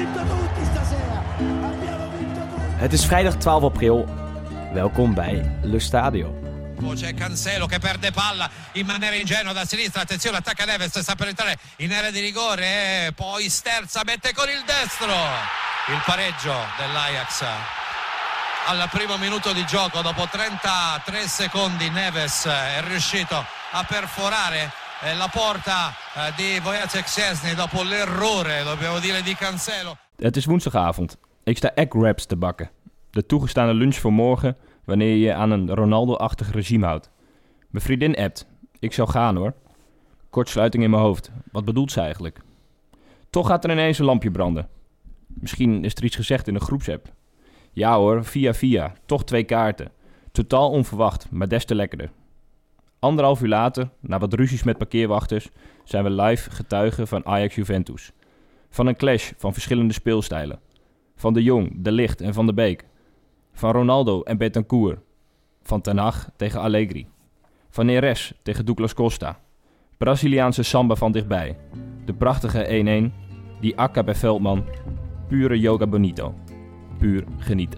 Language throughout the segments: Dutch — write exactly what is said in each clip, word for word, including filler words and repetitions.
Het is vrijdag twaalf april. Welkom bij Lo Stadio. C'è Cancelo che perde palla in maniera ingenua da sinistra, attenzione, attacca Neves, sta per entrare in area di rigore e poi sterza, mette con il destro il pareggio dell'Ajax al primo minuto di gioco. Dopo trentatré secondi Neves è riuscito a perforare la porta di Wojciech Szczęsny dopo l'errore, dobbiamo dire, di Cancelo. Het is woensdagavond. Ik sta egg wraps te bakken. De toegestane lunch voor morgen wanneer je je aan een Ronaldo-achtig regime houdt. Mijn vriendin appt. Ik zou gaan hoor. Kortsluiting in mijn hoofd. Wat bedoelt ze eigenlijk? Toch gaat er ineens een lampje branden. Misschien is er iets gezegd in de groepsapp. Ja hoor, via via. Toch twee kaarten. Totaal onverwacht, maar des te lekkerder. Anderhalf uur later, na wat ruzies met parkeerwachters, zijn we live getuigen van Ajax-Juventus. Van een clash van verschillende speelstijlen. Van De Jong, De Ligt en Van de Beek. Van Ronaldo en Bentancur. Van Ten Hag tegen Allegri. Van Neres tegen Douglas Costa. Braziliaanse samba van dichtbij. De prachtige één-één. Die akka bij Veldman. Pure yoga bonito. Puur genieten.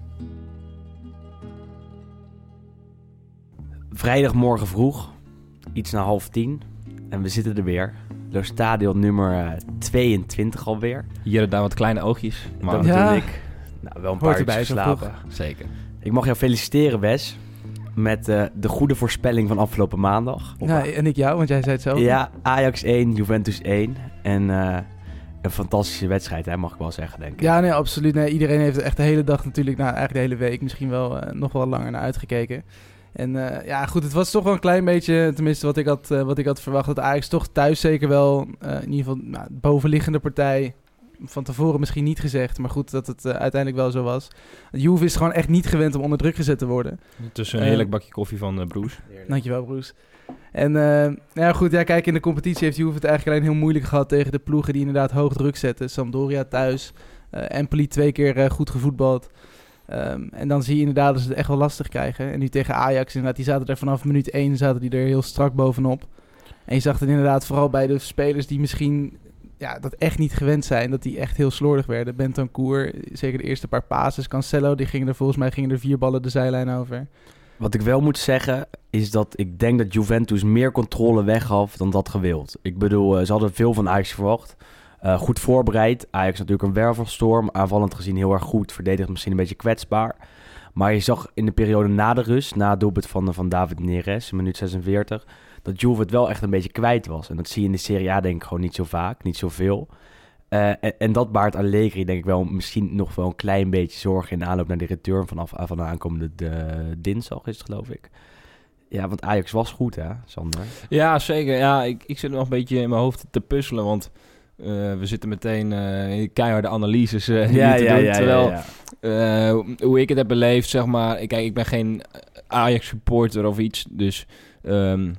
Vrijdagmorgen vroeg. Iets na half tien. En we zitten er weer. Lo Stadio nummer tweeëntwintig alweer. Hier en daar wat kleine oogjes. Maar Dat ja. bedoel ik. Nou, wel een paar uurtjes geslapen. Zeker. Ik mag jou feliciteren, Wes. Met uh, de goede voorspelling van afgelopen maandag. Ja, en ik jou, want jij zei het zo. Ja, Ajax één, Juventus één. En uh, een fantastische wedstrijd, hè, mag ik wel zeggen, denk ik. Ja, nee, absoluut. Nee, iedereen heeft er echt de hele dag natuurlijk, nou eigenlijk de hele week, misschien wel uh, nog wel langer naar uitgekeken. En uh, ja, goed, het was toch wel een klein beetje, tenminste wat ik had, uh, wat ik had verwacht, dat Ajax toch thuis zeker wel, uh, in ieder geval, nou, bovenliggende partij, van tevoren misschien niet gezegd, maar goed dat het uh, uiteindelijk wel zo was. Juve is gewoon echt niet gewend om onder druk gezet te worden. Tussen een heerlijk bakje koffie van uh, Broes. Dankjewel, Broes. En uh, ja, goed, ja, kijk, in de competitie heeft Juve het eigenlijk alleen heel moeilijk gehad tegen de ploegen die inderdaad hoog druk zetten. Sampdoria thuis, uh, Empoli twee keer uh, goed gevoetbald. Um, en dan zie je inderdaad dat ze het echt wel lastig krijgen. En nu tegen Ajax, inderdaad, die zaten er vanaf minuut één, zaten die er heel strak bovenop. En je zag het inderdaad vooral bij de spelers die misschien ja, dat echt niet gewend zijn, dat die echt heel slordig werden. Bentancur, zeker de eerste paar passes. Cancelo, die gingen er volgens mij gingen er vier ballen de zijlijn over. Wat ik wel moet zeggen, is dat ik denk dat Juventus meer controle weggaf dan dat gewild. Ik bedoel, ze hadden veel van Ajax verwacht. Uh, goed voorbereid. Ajax natuurlijk een wervelstorm. Aanvallend gezien heel erg goed. Verdedigd misschien een beetje kwetsbaar. Maar je zag in de periode na de rust, na het doelpunt van, van David Neres, in minuut zesenveertig, dat Juve het wel echt een beetje kwijt was. En dat zie je in de Serie A denk ik gewoon niet zo vaak, niet zoveel. Uh, en, en dat baart Allegri denk ik wel misschien nog wel een klein beetje zorgen in de aanloop naar de return vanaf van de aankomende de, dinsdag is het geloof ik. Ja, want Ajax was goed hè, Sander? Ja, zeker. Ja, ik, ik zit nog een beetje in mijn hoofd te puzzelen, want Uh, we zitten meteen uh, in keiharde analyses uh, ja, te ja, doen. ja, terwijl, ja, ja. Uh, hoe ik het heb beleefd, zeg maar. Kijk, ik ben geen Ajax-supporter of iets. Dus um,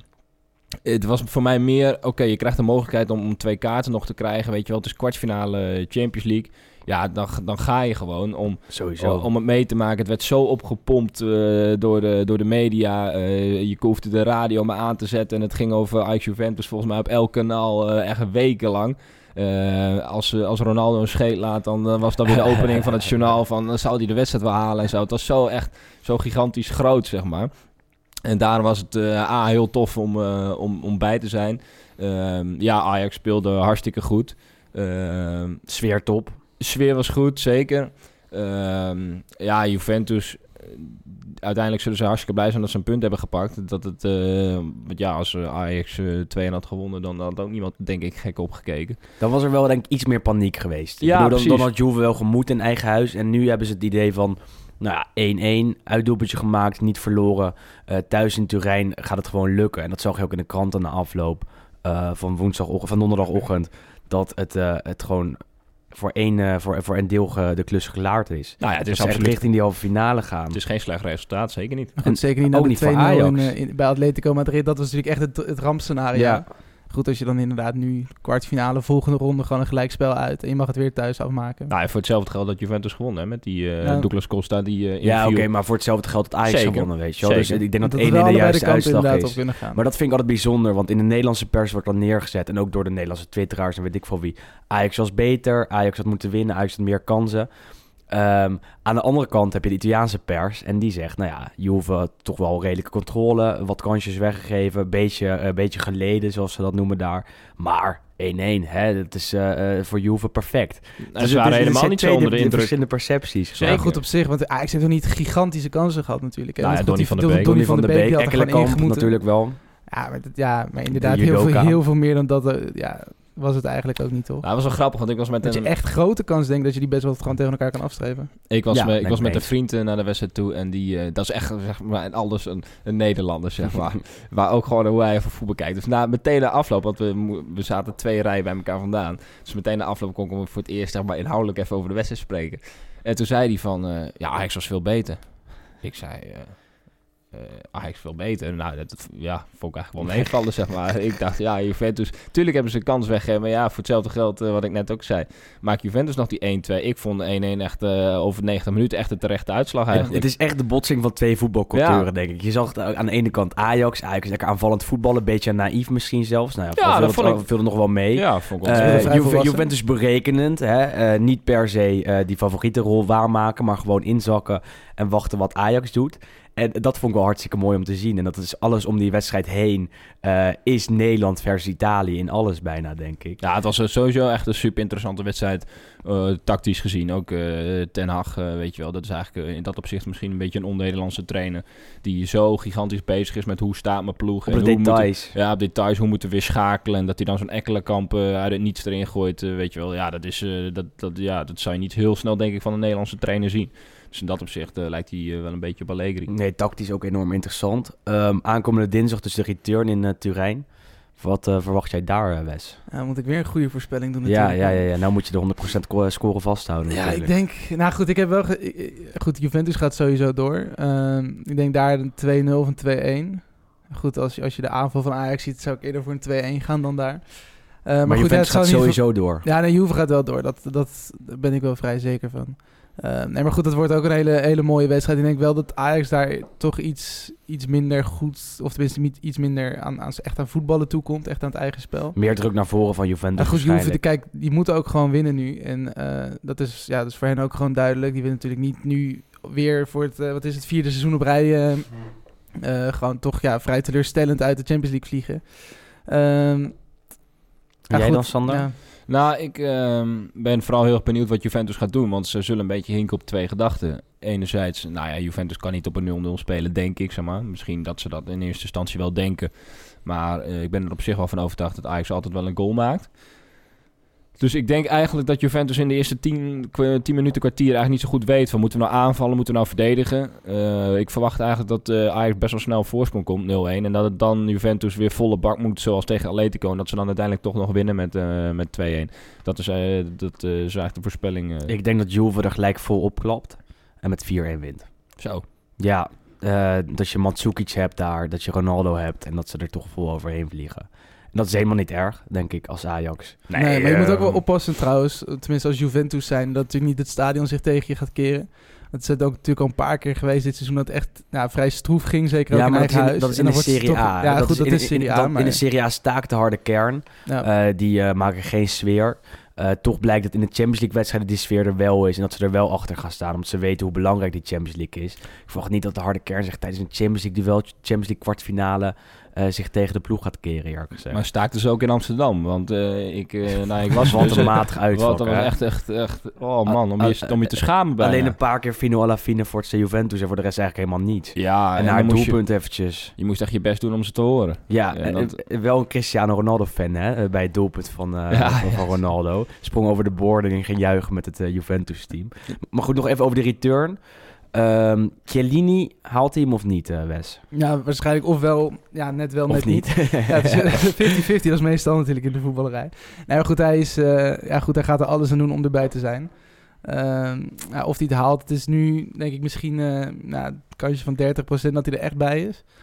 het was voor mij meer, oké, okay, je krijgt de mogelijkheid om, om twee kaarten nog te krijgen. Weet je wel, het is kwartfinale Champions League. Ja, dan, dan ga je gewoon om, Sowieso. om, om het mee te maken. Het werd zo opgepompt uh, door, de, door de media. Uh, je hoefde de radio maar aan te zetten. En het ging over Ajax-Juventus volgens mij op elk kanaal uh, echt wekenlang. Uh, als, als Ronaldo een scheet laat, dan uh, was dat weer de opening van het journaal van uh, zou hij de wedstrijd wel halen en zo. Het was zo echt zo gigantisch groot, zeg maar. En daarom was het uh, A, heel tof om, uh, om, om bij te zijn. Uh, ja, Ajax speelde hartstikke goed. Uh, Sfeer top. Sfeer was goed, zeker. Uh, ja, Juventus, uiteindelijk zullen ze hartstikke blij zijn dat ze een punt hebben gepakt. Dat het, uh, want ja, als Ajax uh, twee had gewonnen, dan had ook niemand, denk ik, gek opgekeken. Dan was er wel, denk ik, iets meer paniek geweest. Ja, ik bedoel, dan, precies. dan had Juve wel gemoed in eigen huis. En nu hebben ze het idee van, nou ja, één-één, uitdoelpuntje gemaakt, niet verloren. Uh, thuis in Turijn gaat het gewoon lukken. En dat zag je ook in de kranten na afloop uh, van, woensdagochtend, van donderdagochtend. Dat het, uh, het gewoon voor een, uh, voor, voor een deel ge, de klus geklaard is. Nou ja, het is dus absoluut richting die halve finale gaan. Het is geen slecht resultaat, zeker niet. Maar goed, zeker niet ook na de niet voor twee nul Ajax. in, uh, in, bij Atletico Madrid. Dat was natuurlijk echt het, het rampscenario. Ja. Goed, als je dan inderdaad nu kwartfinale, volgende ronde gewoon een gelijkspel uit. En je mag het weer thuis afmaken. Nou, voor hetzelfde geld dat Juventus gewonnen, hè, met die uh, Ja. Douglas Costa die uh, Ja, oké, inviel. maar voor hetzelfde geld dat Ajax Zeker. gewonnen, weet je wel. Dus Zeker. ik denk dat dat één we in de allebei juiste de kant uitslag inderdaad op is. kunnen gaan. Maar dat vind ik altijd bijzonder, want in de Nederlandse pers wordt dan neergezet. En ook door de Nederlandse twitteraars en weet ik veel wie. Ajax was beter, Ajax had moeten winnen, Ajax had meer kansen. Um, aan de andere kant heb je de Italiaanse pers en die zegt, nou ja, Juve had toch wel redelijke controle, wat kansjes weggegeven, een beetje, een beetje geleden, zoals ze dat noemen daar. Maar één-één, hè, dat is uh, uh, voor Juve perfect. Nou, ze waren helemaal niet zo onder de indruk. Verschillende percepties. Ja, goed op zich, want Ajax heeft nog niet gigantische kansen gehad natuurlijk. Nou ja, goed, Donny die- van der Donny Beek. Donny van de Beek, die had er gewoon Ekkelenkamp ingemoeten. natuurlijk wel. Ja, maar, dat, ja, maar inderdaad, De heel veel, judoka. heel veel meer dan dat uh, ja, was het eigenlijk ook niet, toch? Nou, dat was wel grappig, want ik was met Dat je een... echt grote kans denkt dat je die best wel gewoon tegen elkaar kan afstreven. Ik was, Ja, met, ik ben was ik met mee een vriend uh, naar de wedstrijd toe en die, uh, dat is echt zeg maar, en alles een, een Nederlander, zeg maar. Waar ook gewoon hoe hij van voetbal kijkt. Dus na, meteen na afloop, want we, mo- we zaten twee rijen bij elkaar vandaan. Dus meteen na afloop kon ik hem voor het eerst zeg maar, inhoudelijk even over de wedstrijd spreken. En toen zei hij van, uh, ja, Ajax was veel beter. Ik zei, uh, uh, Ajax veel beter. Nou, dat, dat ja, vond ik eigenlijk wel meevallen, zeg maar. Ik dacht, ja, Juventus... Tuurlijk hebben ze een kans weggegeven, maar ja, voor hetzelfde geld, uh, wat ik net ook zei, maakt Juventus nog die één-twee. Ik vond de één-één echt uh, over negentig minuten echt een terechte uitslag Het, eigenlijk. het is echt de botsing van twee voetbalculturen, Ja. denk ik. Je zag het aan de ene kant Ajax. Ajax is lekker aanvallend voetballen, een beetje naïef misschien zelfs. Nou ja, Ja, viel dat het- vond ik- viel er nog wel mee. Ja, vond ik wel. Eh, Ze willen vrij Juve- volwassen. Juventus berekenend, hè? Uh, niet per se uh, die favoriete rol waarmaken, maar gewoon inzakken en wachten wat Ajax doet. En dat vond ik wel hartstikke mooi om te zien. En dat is alles om die wedstrijd heen. Uh, is Nederland versus Italië in alles bijna, denk ik. Ja, het was uh, sowieso echt een super interessante wedstrijd. Uh, tactisch gezien. Ook uh, Ten Hag, uh, weet je wel. Dat is eigenlijk uh, in dat opzicht misschien een beetje een on-Nederlandse trainer. Die zo gigantisch bezig is met hoe staat mijn ploeg. Op en de hoe details. Moet, ja, op details. Hoe moeten we weer schakelen. En dat hij dan zo'n Ekkelenkamp uh, uit het niets erin gooit. Uh, weet je wel. Ja, dat, is, uh, dat, dat, ja, dat zou je niet heel snel, denk ik, van een Nederlandse trainer zien. Dus in dat opzicht uh, lijkt hij uh, wel een beetje op Allegri. Nee, tactisch ook enorm interessant. Um, aankomende dinsdag dus de return in uh, Turijn. Wat uh, verwacht jij daar, uh, Wes? Ja, moet ik weer een goede voorspelling doen Ja, natuurlijk. ja, ja, ja. Nou moet je de honderd procent co- score vasthouden. Ja, natuurlijk. ik denk... Nou goed, ik heb wel... Ge- ik- goed, Juventus gaat sowieso door. Um, ik denk daar een twee-nul of een twee-een. Goed, als je, als je de aanval van Ajax ziet, zou ik eerder voor een twee-een gaan dan daar. Uh, Maar, maar goed, ja, het Juventus zal gaat in ieder sowieso door. geval- Ja, nee, Juve gaat wel door. Dat, dat daar ben ik wel vrij zeker van. Uh, nee, maar goed, dat wordt ook een hele, hele mooie wedstrijd. Ik denk wel dat Ajax daar toch iets, iets minder goed... Of tenminste niet iets minder aan, aan, echt aan voetballen toekomt. Echt aan het eigen spel. Meer druk naar voren van Juventus En goed, Juve, waarschijnlijk. kijk, die moeten ook gewoon winnen nu. En uh, dat, is, ja, dat is voor hen ook gewoon duidelijk. Die willen natuurlijk niet nu weer voor het, uh, wat is het, vierde seizoen op rij... Uh, uh, gewoon toch ja, vrij teleurstellend uit de Champions League vliegen. Um, En ja, jij goed, dan, Sander? ja. Nou, ik uh, ben vooral heel erg benieuwd wat Juventus gaat doen. Want ze zullen een beetje hinken op twee gedachten. Enerzijds, nou ja, Juventus kan niet op een nul-nul spelen, denk ik. Zeg maar. Misschien dat ze dat in eerste instantie wel denken. Maar uh, ik ben er op zich wel van overtuigd dat Ajax altijd wel een goal maakt. Dus ik denk eigenlijk dat Juventus in de eerste tien, tien minuten, kwartier eigenlijk niet zo goed weet van moeten we nou aanvallen, moeten we nou verdedigen. Uh, ik verwacht eigenlijk dat uh, Ajax best wel snel op voorsprong komt, nul-een. En dat het dan Juventus weer volle bak moet, zoals tegen Atletico. En dat ze dan uiteindelijk toch nog winnen met, uh, met twee-een. Dat is, uh, dat, uh, is eigenlijk de voorspelling. Uh. Ik denk dat Juve er gelijk vol opklapt en met vier-een wint. Zo. Ja, uh, dat je Mandzukic hebt daar, dat je Ronaldo hebt en dat ze er toch vol overheen vliegen. En dat is helemaal niet erg, denk ik, als Ajax. Nee, nee maar je uh, moet ook wel oppassen trouwens, tenminste als Juventus zijn, dat natuurlijk niet het stadion zich tegen je gaat keren. Het is ook natuurlijk al een paar keer geweest dit seizoen dat het echt nou, vrij stroef ging, zeker ja, ook in maar eigen dat is in, huis. dat is En in dan de wordt het Serie toch- A. Ja, dat goed, dat in, is Serie in, A. dat, maar, in de Serie A staakt de harde kern. ja. Uh, die uh, maken geen sfeer. Uh, toch blijkt dat in de Champions League wedstrijden die sfeer er wel is. En dat ze er wel achter gaan staan. Omdat ze weten hoe belangrijk die Champions League is. Ik verwacht niet dat de harde kern zich tijdens een Champions League duel, Champions League kwartfinale, uh, zich tegen de ploeg gaat keren, eerlijk gezegd. Maar staakt dus ook in Amsterdam. Want uh, ik, uh, nou, ik was Wat dus, een uh, matig uitvak, Wat, dat was hè? echt, echt, echt... Oh man, om je, Uh, om je te schamen bijna. Alleen een paar keer Fino alla fine voor het Juventus en voor de rest eigenlijk helemaal niets. Ja, en dan haar moest je, doelpunt eventjes. je moest echt je best doen om ze te horen. Ja, Ja, en dat- eh, wel een Cristiano Ronaldo-fan hè, bij het doelpunt van, uh, Ja, van, van ja. Ronaldo. Sprong over de borden en ging juichen met het uh, Juventus-team. Maar goed, nog even over de return. Um, Chiellini, haalt hij hem of niet, uh, Wes? ja, waarschijnlijk ofwel, ja, net wel, Of net niet. niet? Ja, het is vijftig-vijftig, dat is meestal natuurlijk in de voetballerij. Nee, maar goed, hij is, uh, ja, goed, hij gaat er alles aan doen om erbij te zijn. Um, ja, of hij het haalt, het is nu, denk ik, misschien uh, nou, een kansje van dertig procent dat hij er echt bij is.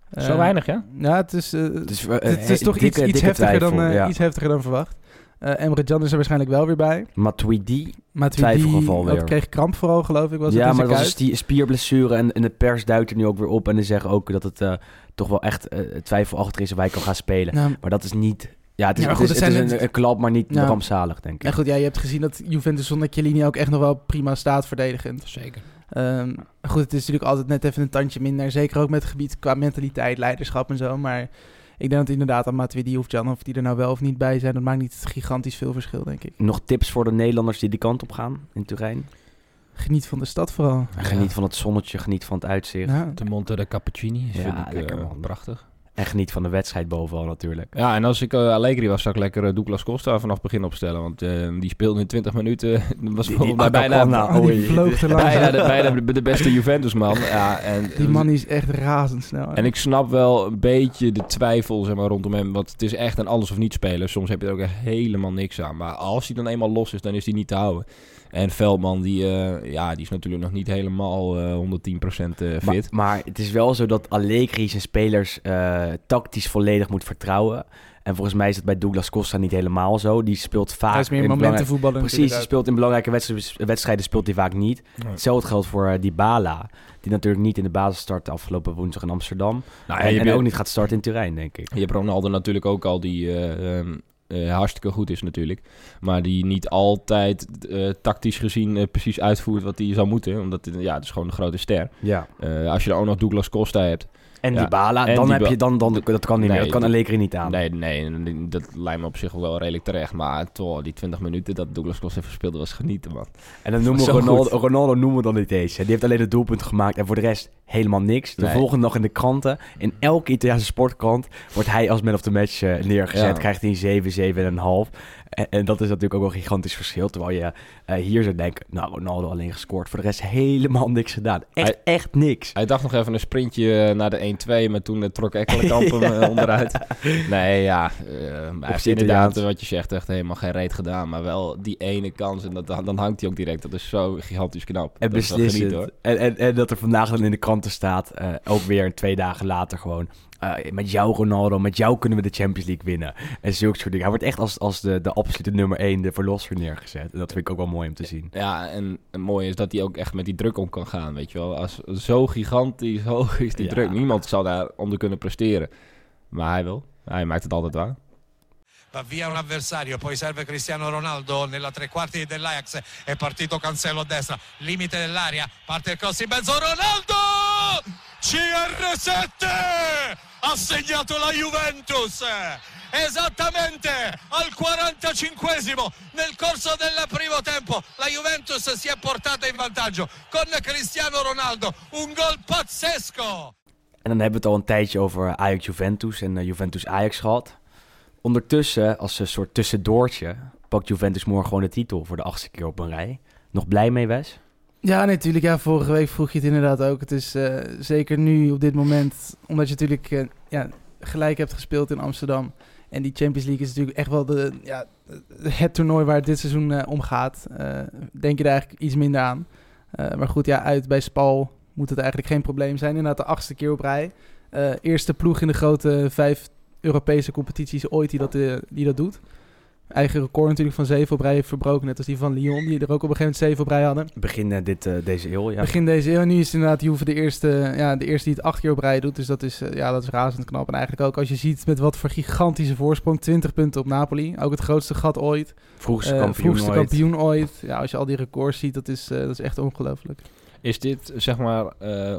Zo Uh, weinig, ja? Ja, het is, uh, Het is, uh, het is toch dikke, iets, iets, dikke heftiger twijfel, dan, uh, ja. iets heftiger dan verwacht. Uh, Emre Can is er waarschijnlijk wel weer bij. Matuidi, Maar twijfelgeval weer. die kreeg kramp vooral, geloof ik. Was ja, het in maar zijn dat was kuit. een spierblessure en, en de pers duikt er nu ook weer op. En die zeggen ook dat het uh, toch wel echt uh, twijfelachtig is of hij kan gaan spelen. Nou, Maar dat is niet... Ja, het is, Ja, maar het goed, is, het het is zijn een, een klap, maar niet Ja. rampzalig, denk ik. en goed, ja, je hebt gezien dat Juventus zonder Chiellini ook echt nog wel prima staat verdedigend. Zeker. Um, goed, het is natuurlijk altijd net even een tandje minder. Zeker ook met het gebied qua mentaliteit, leiderschap en zo. Maar ik denk dat inderdaad aan Matuidi of Can, of die er nou wel of niet bij zijn, dat maakt niet gigantisch veel verschil, denk ik. Nog tips voor de Nederlanders die die kant op gaan in Turijn? Geniet van de stad vooral. Ja. Geniet van het zonnetje, geniet van het uitzicht. Ja. De Monte de Cappuccini, Ja, vind ik lekker, uh, man. prachtig. En geniet van de wedstrijd bovenal natuurlijk. Ja, en als ik uh, Allegri was, zou ik lekker uh, Douglas Costa vanaf het begin opstellen. Want uh, die speelde in twintig minuten. Dat was Die- volgens die mij bijna, Acapana, Oh, die oei. vloog te lang. bijna, de, bijna de, de beste Juventus-man. Ja, en, Die man is echt razendsnel. hè. En ik snap wel een beetje de twijfel zeg maar, rondom hem. Want het is echt een alles of niet speler. Soms heb je er ook echt helemaal niks aan. Maar als hij dan eenmaal los is, dan is hij niet te houden. En Veldman, die, uh, ja, die is natuurlijk nog niet helemaal uh, honderdtien procent uh, fit. Maar, maar het is wel zo dat Allegri zijn spelers uh, tactisch volledig moet vertrouwen. En volgens mij is dat bij Douglas Costa niet helemaal zo. Die speelt vaak... Hij is meer in belangrijk- momentenvoetballer. Precies, die speelt in belangrijke wedstrijden, wedstrijden speelt hij vaak niet. Nee. Hetzelfde geldt voor uh, Dybala. Die natuurlijk niet in de basis startte afgelopen woensdag in Amsterdam. Nou, en je en bent- ook niet gaat starten in Turijn, denk ik. Je hebt Ronaldo natuurlijk ook al die uh, um, uh, hartstikke goed is natuurlijk. Maar die niet altijd uh, tactisch gezien uh, precies uitvoert wat hij zou moeten. Omdat uh, ja, het is gewoon een grote ster. Ja. Uh, als je dan ook nog Douglas Costa hebt. En Ja. Dybala, En dan Dyba- heb je... Dan, dan, dat kan niet Nee, meer. Dat kan dat- Allegri niet aan. Nee, nee, dat lijkt me op zich wel redelijk terecht. Maar toch, die twintig minuten dat Douglas Costa even speelde was genieten, man. En dan noemen we Zo Ronaldo, goed. Ronaldo noemen we dan niet eens. hè. Die heeft alleen het doelpunt gemaakt en voor de rest helemaal niks. De Nee. volgende dag in de kranten, in elke Italiaanse sportkrant, wordt hij als man of the match uh, neergezet. Ja. Krijgt hij een zeven, zeven en een half. En, en dat is natuurlijk ook wel een gigantisch verschil. Terwijl je uh, hier zou denken, nou, Ronaldo alleen gescoord. Voor de rest helemaal niks gedaan. Echt, Hij- echt niks. Hij dacht nog even een sprintje naar de een twee, maar toen uh, trok Ekkelenkamp hem uh, onderuit. Nee, ja, uh, hij heeft z'n inderdaad, Italiaans. wat je zegt, echt helemaal geen reet gedaan. Maar wel die ene kans en dat, dan hangt hij ook direct. Dat is zo gigantisch knap. En Dat is wel beslissend. genieten, hoor. En, en, en dat er vandaag dan in de kranten staat, uh, ook weer twee dagen later gewoon... Uh, met jou Ronaldo, met jou kunnen we de Champions League winnen. En zulke soort dingen. Hij wordt echt als, als de, de absolute nummer één, de verlosser neergezet. En dat vind ik ook wel mooi om te zien. Ja, en het mooie is dat hij ook echt met die druk om kan gaan, weet je wel. Als zo gigantisch hoog is die Ja. druk. Niemand zal daar onder kunnen presteren. Maar hij wel. Hij maakt het altijd waar. Va via un avversario, poi serve Cristiano Ronaldo nella tre quarti dell'Ajax, è partito Cancelo a destra, limite dell'area, parte il cross in mezzo, Ronaldo! C R sette! Ha segnato la Juventus! Esattamente al quarantacinquesimo nel corso del primo tempo la Juventus si è portata in vantaggio con Cristiano Ronaldo, un gol pazzesco! En dan hebben we het al een tijdje over Ajax-Juventus en uh, Juventus-Ajax gehad. Ondertussen, als een soort tussendoortje, pakt Juventus morgen gewoon de titel voor de achtste keer op een rij. Nog blij mee, Wes? Ja, natuurlijk. Ja, vorige week vroeg je het inderdaad ook. Het is uh, zeker nu op dit moment, omdat je natuurlijk uh, ja, gelijk hebt gespeeld in Amsterdam. En die Champions League is natuurlijk echt wel de, ja, het toernooi waar het dit seizoen uh, om gaat. Uh, denk je daar eigenlijk iets minder aan. Uh, maar goed, ja, uit bij Spal moet het eigenlijk geen probleem zijn. Inderdaad de achtste keer op rij. Uh, eerste ploeg in de grote vijf Europese competities ooit die dat, uh, die dat doet. Eigen record natuurlijk van zeven op rij heeft verbroken. Net als die van Lyon, die er ook op een gegeven moment zeven op rij hadden. Begin uh, dit, uh, deze eeuw, ja. Begin deze eeuw. Nu is het inderdaad Juve de eerste, ja, de eerste die het acht keer op rij doet. Dus dat is, uh, ja, dat is razend knap. En eigenlijk ook als je ziet met wat voor gigantische voorsprong. twintig punten op Napoli. Ook het grootste gat ooit. Vroegste Uh, kampioen vroegste ooit. kampioen ooit. Ja, als je al die records ziet, dat is, uh, dat is echt ongelooflijk. Is dit, zeg maar, uh,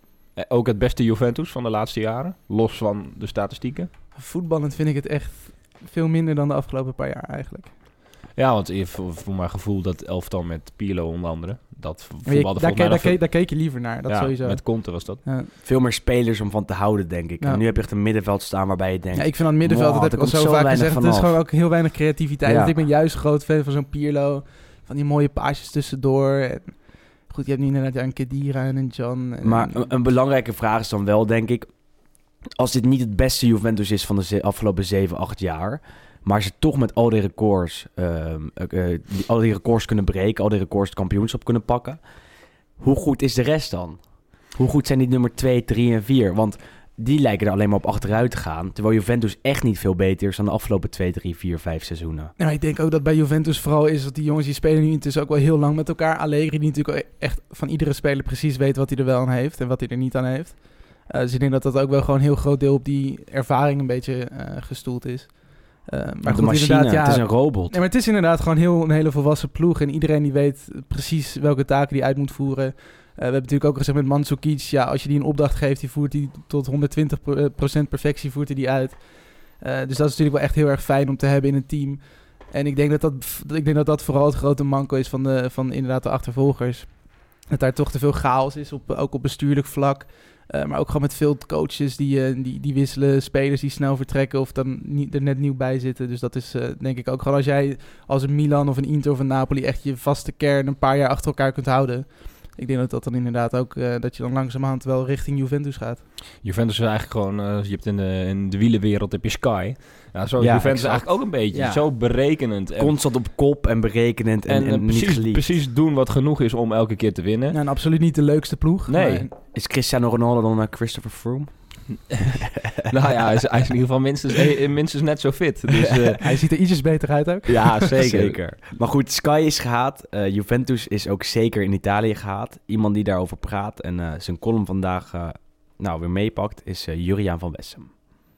ook het beste Juventus van de laatste jaren? Los van de statistieken? Voetballend vind ik het echt veel minder dan de afgelopen paar jaar eigenlijk. Ja, want voor, voor mijn gevoel dat elftal met Pirlo onder andere, dat Maar je- voetbalde daar, volgens ke- mij daar, nog veel- ke- daar keek je liever naar, dat ja, sowieso. met Conte was dat. Ja. Veel meer spelers om van te houden, denk ik. Ja. En nu heb je echt een middenveld staan waarbij je denkt... Ja, ik vind aan het middenveld, Wow, dat heb ik er al komt zo zo vaak weinig gezegd, het is vanaf. gewoon ook heel weinig creativiteit. Ja. Want ik ben juist groot fan van zo'n Pirlo, van die mooie paasjes tussendoor. En goed, je hebt nu inderdaad ja, een Khedira en een John. En Maar een, een belangrijke vraag is dan wel, denk ik... Als dit niet het beste Juventus is van de ze- afgelopen zeven, acht jaar... maar ze toch met al die records... Um, uh, uh, die, al die records kunnen breken... al die records het kampioenschap kunnen pakken... hoe goed is de rest dan? Hoe goed zijn die nummer twee, drie en vier? Want die lijken er alleen maar op achteruit te gaan. Terwijl Juventus echt niet veel beter is dan de afgelopen twee, drie, vier, vijf seizoenen. Nou, ik denk ook dat bij Juventus vooral is dat die jongens die spelen nu intussen ook wel heel lang met elkaar. Allegri die natuurlijk ook echt van iedere speler precies weet wat hij er wel aan heeft en wat hij er niet aan heeft. Uh, dus ik denk dat dat ook wel gewoon een heel groot deel op die ervaring een beetje uh, gestoeld is. Uh, maar de goed, machine, ja, het is een robot. Nee, maar het is inderdaad gewoon heel, een hele volwassen ploeg. En iedereen die weet precies welke taken die uit moet voeren. Uh, we hebben natuurlijk ook gezegd met Mandzukic, ja, als je die een opdracht geeft, die voert die tot honderdtwintig procent perfectie voert hij die uit. Uh, dus dat is natuurlijk wel echt heel erg fijn om te hebben in een team. En ik denk dat dat, ik denk dat, dat vooral het grote manco is van, de, van inderdaad de achtervolgers. Dat daar toch te veel chaos is, op, ook op bestuurlijk vlak. Uh, maar ook gewoon met veel coaches die, uh, die, die wisselen, spelers die snel vertrekken of dan niet, er net nieuw bij zitten. Dus dat is uh, denk ik ook gewoon als jij als een Milan of een Inter of een Napoli echt je vaste kern een paar jaar achter elkaar kunt houden. Ik denk dat dat dan inderdaad ook, uh, dat je dan langzamerhand wel richting Juventus gaat. Juventus is eigenlijk gewoon, uh, je hebt in de, in de wielenwereld heb je Sky. Ja, zo is Ja, Juventus exact. eigenlijk ook een beetje. Ja. Zo berekenend. En, Constant op kop en berekenend en, en, en, uh, niet precies, geliefd. precies doen wat genoeg is om elke keer te winnen. Nou, en absoluut niet de leukste ploeg. Nee. Maar, Is Cristiano Ronaldo dan uh, Christopher Froome? Nou ja, hij is, hij is in ieder geval minstens, eh, minstens net zo fit. Dus, uh, hij ziet er ietsjes beter uit ook. Ja, zeker. Maar goed, Sky is gehaat. Uh, Juventus is ook zeker in Italië gehaat. Iemand die daarover praat en uh, zijn column vandaag uh, nou, weer meepakt is uh, Juriaan van Wessem.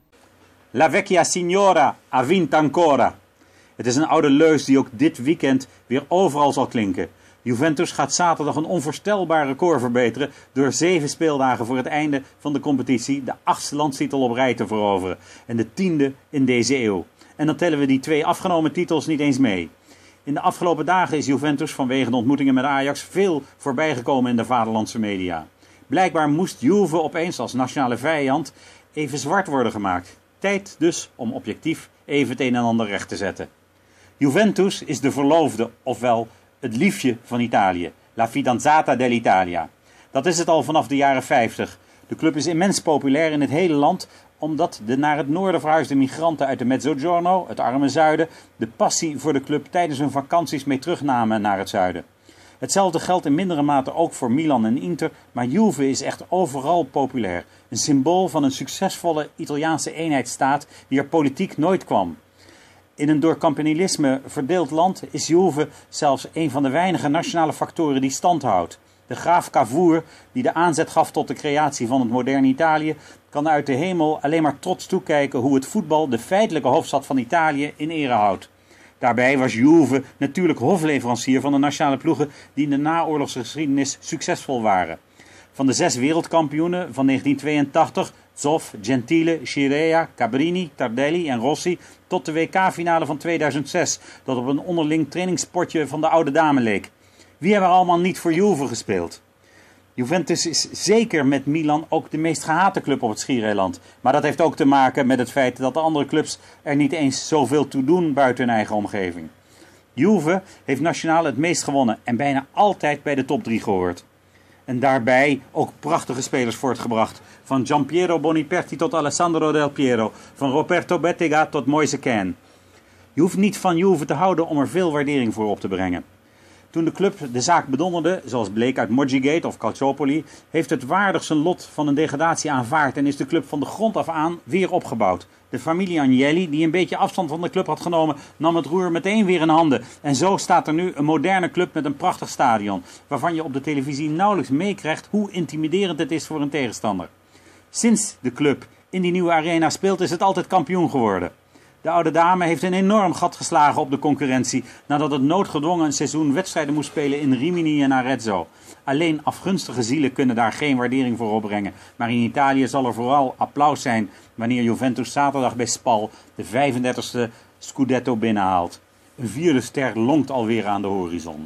La vecchia signora ha vinto ancora. Het is een oude leus die ook dit weekend weer overal zal klinken. Juventus gaat zaterdag een onvoorstelbaar record verbeteren door zeven speeldagen voor het einde van de competitie de achtste landstitel op rij te veroveren en de tiende in deze eeuw. En dan tellen we die twee afgenomen titels niet eens mee. In de afgelopen dagen is Juventus vanwege de ontmoetingen met Ajax veel voorbijgekomen in de vaderlandse media. Blijkbaar moest Juve opeens als nationale vijand even zwart worden gemaakt. Tijd dus om objectief even het een en ander recht te zetten. Juventus is de verloofde, ofwel het liefje van Italië. La fidanzata dell'Italia. Dat is het al vanaf de jaren vijftig. De club is immens populair in het hele land, omdat de naar het noorden verhuisde migranten uit de Mezzogiorno, het arme zuiden, de passie voor de club tijdens hun vakanties mee terugnamen naar het zuiden. Hetzelfde geldt in mindere mate ook voor Milan en Inter, maar Juve is echt overal populair. Een symbool van een succesvolle Italiaanse eenheidsstaat die er politiek nooit kwam. In een door kampanilisme verdeeld land is Juve zelfs een van de weinige nationale factoren die stand houdt. De graaf Cavour, die de aanzet gaf tot de creatie van het moderne Italië, kan uit de hemel alleen maar trots toekijken hoe het voetbal de feitelijke hoofdstad van Italië in ere houdt. Daarbij was Juve natuurlijk hofleverancier van de nationale ploegen die in de naoorlogse geschiedenis succesvol waren. Van de zes wereldkampioenen van negentien tweeëntachtig, Zoff, Gentile, Scirea, Cabrini, Tardelli en Rossi, tot de W K-finale van tweeduizend zes, dat op een onderling trainingspotje van de oude dame leek. Wie hebben er allemaal niet voor Juve gespeeld? Juventus is zeker met Milan ook de meest gehate club op het Schiereiland. Maar dat heeft ook te maken met het feit dat de andere clubs er niet eens zoveel toe doen buiten hun eigen omgeving. Juve heeft nationaal het meest gewonnen en bijna altijd bij de top drie gehoord. En daarbij ook prachtige spelers voortgebracht. Van Giampiero Boniperti tot Alessandro Del Piero. Van Roberto Bettega tot Moise Kean. Je hoeft niet van Juve te houden om er veel waardering voor op te brengen. Toen de club de zaak bedonderde, zoals bleek uit Mogigate of Calciopoli, heeft het waardig zijn lot van een degradatie aanvaard en is de club van de grond af aan weer opgebouwd. De familie Agnelli, die een beetje afstand van de club had genomen, nam het roer meteen weer in handen. En zo staat er nu een moderne club met een prachtig stadion, waarvan je op de televisie nauwelijks meekrijgt hoe intimiderend het is voor een tegenstander. Sinds de club in die nieuwe arena speelt, is het altijd kampioen geworden. De oude dame heeft een enorm gat geslagen op de concurrentie nadat het noodgedwongen een seizoen wedstrijden moest spelen in Rimini en Arezzo. Alleen afgunstige zielen kunnen daar geen waardering voor opbrengen. Maar in Italië zal er vooral applaus zijn wanneer Juventus zaterdag bij Spal de vijfendertigste Scudetto binnenhaalt. Een vierde ster lonkt alweer aan de horizon.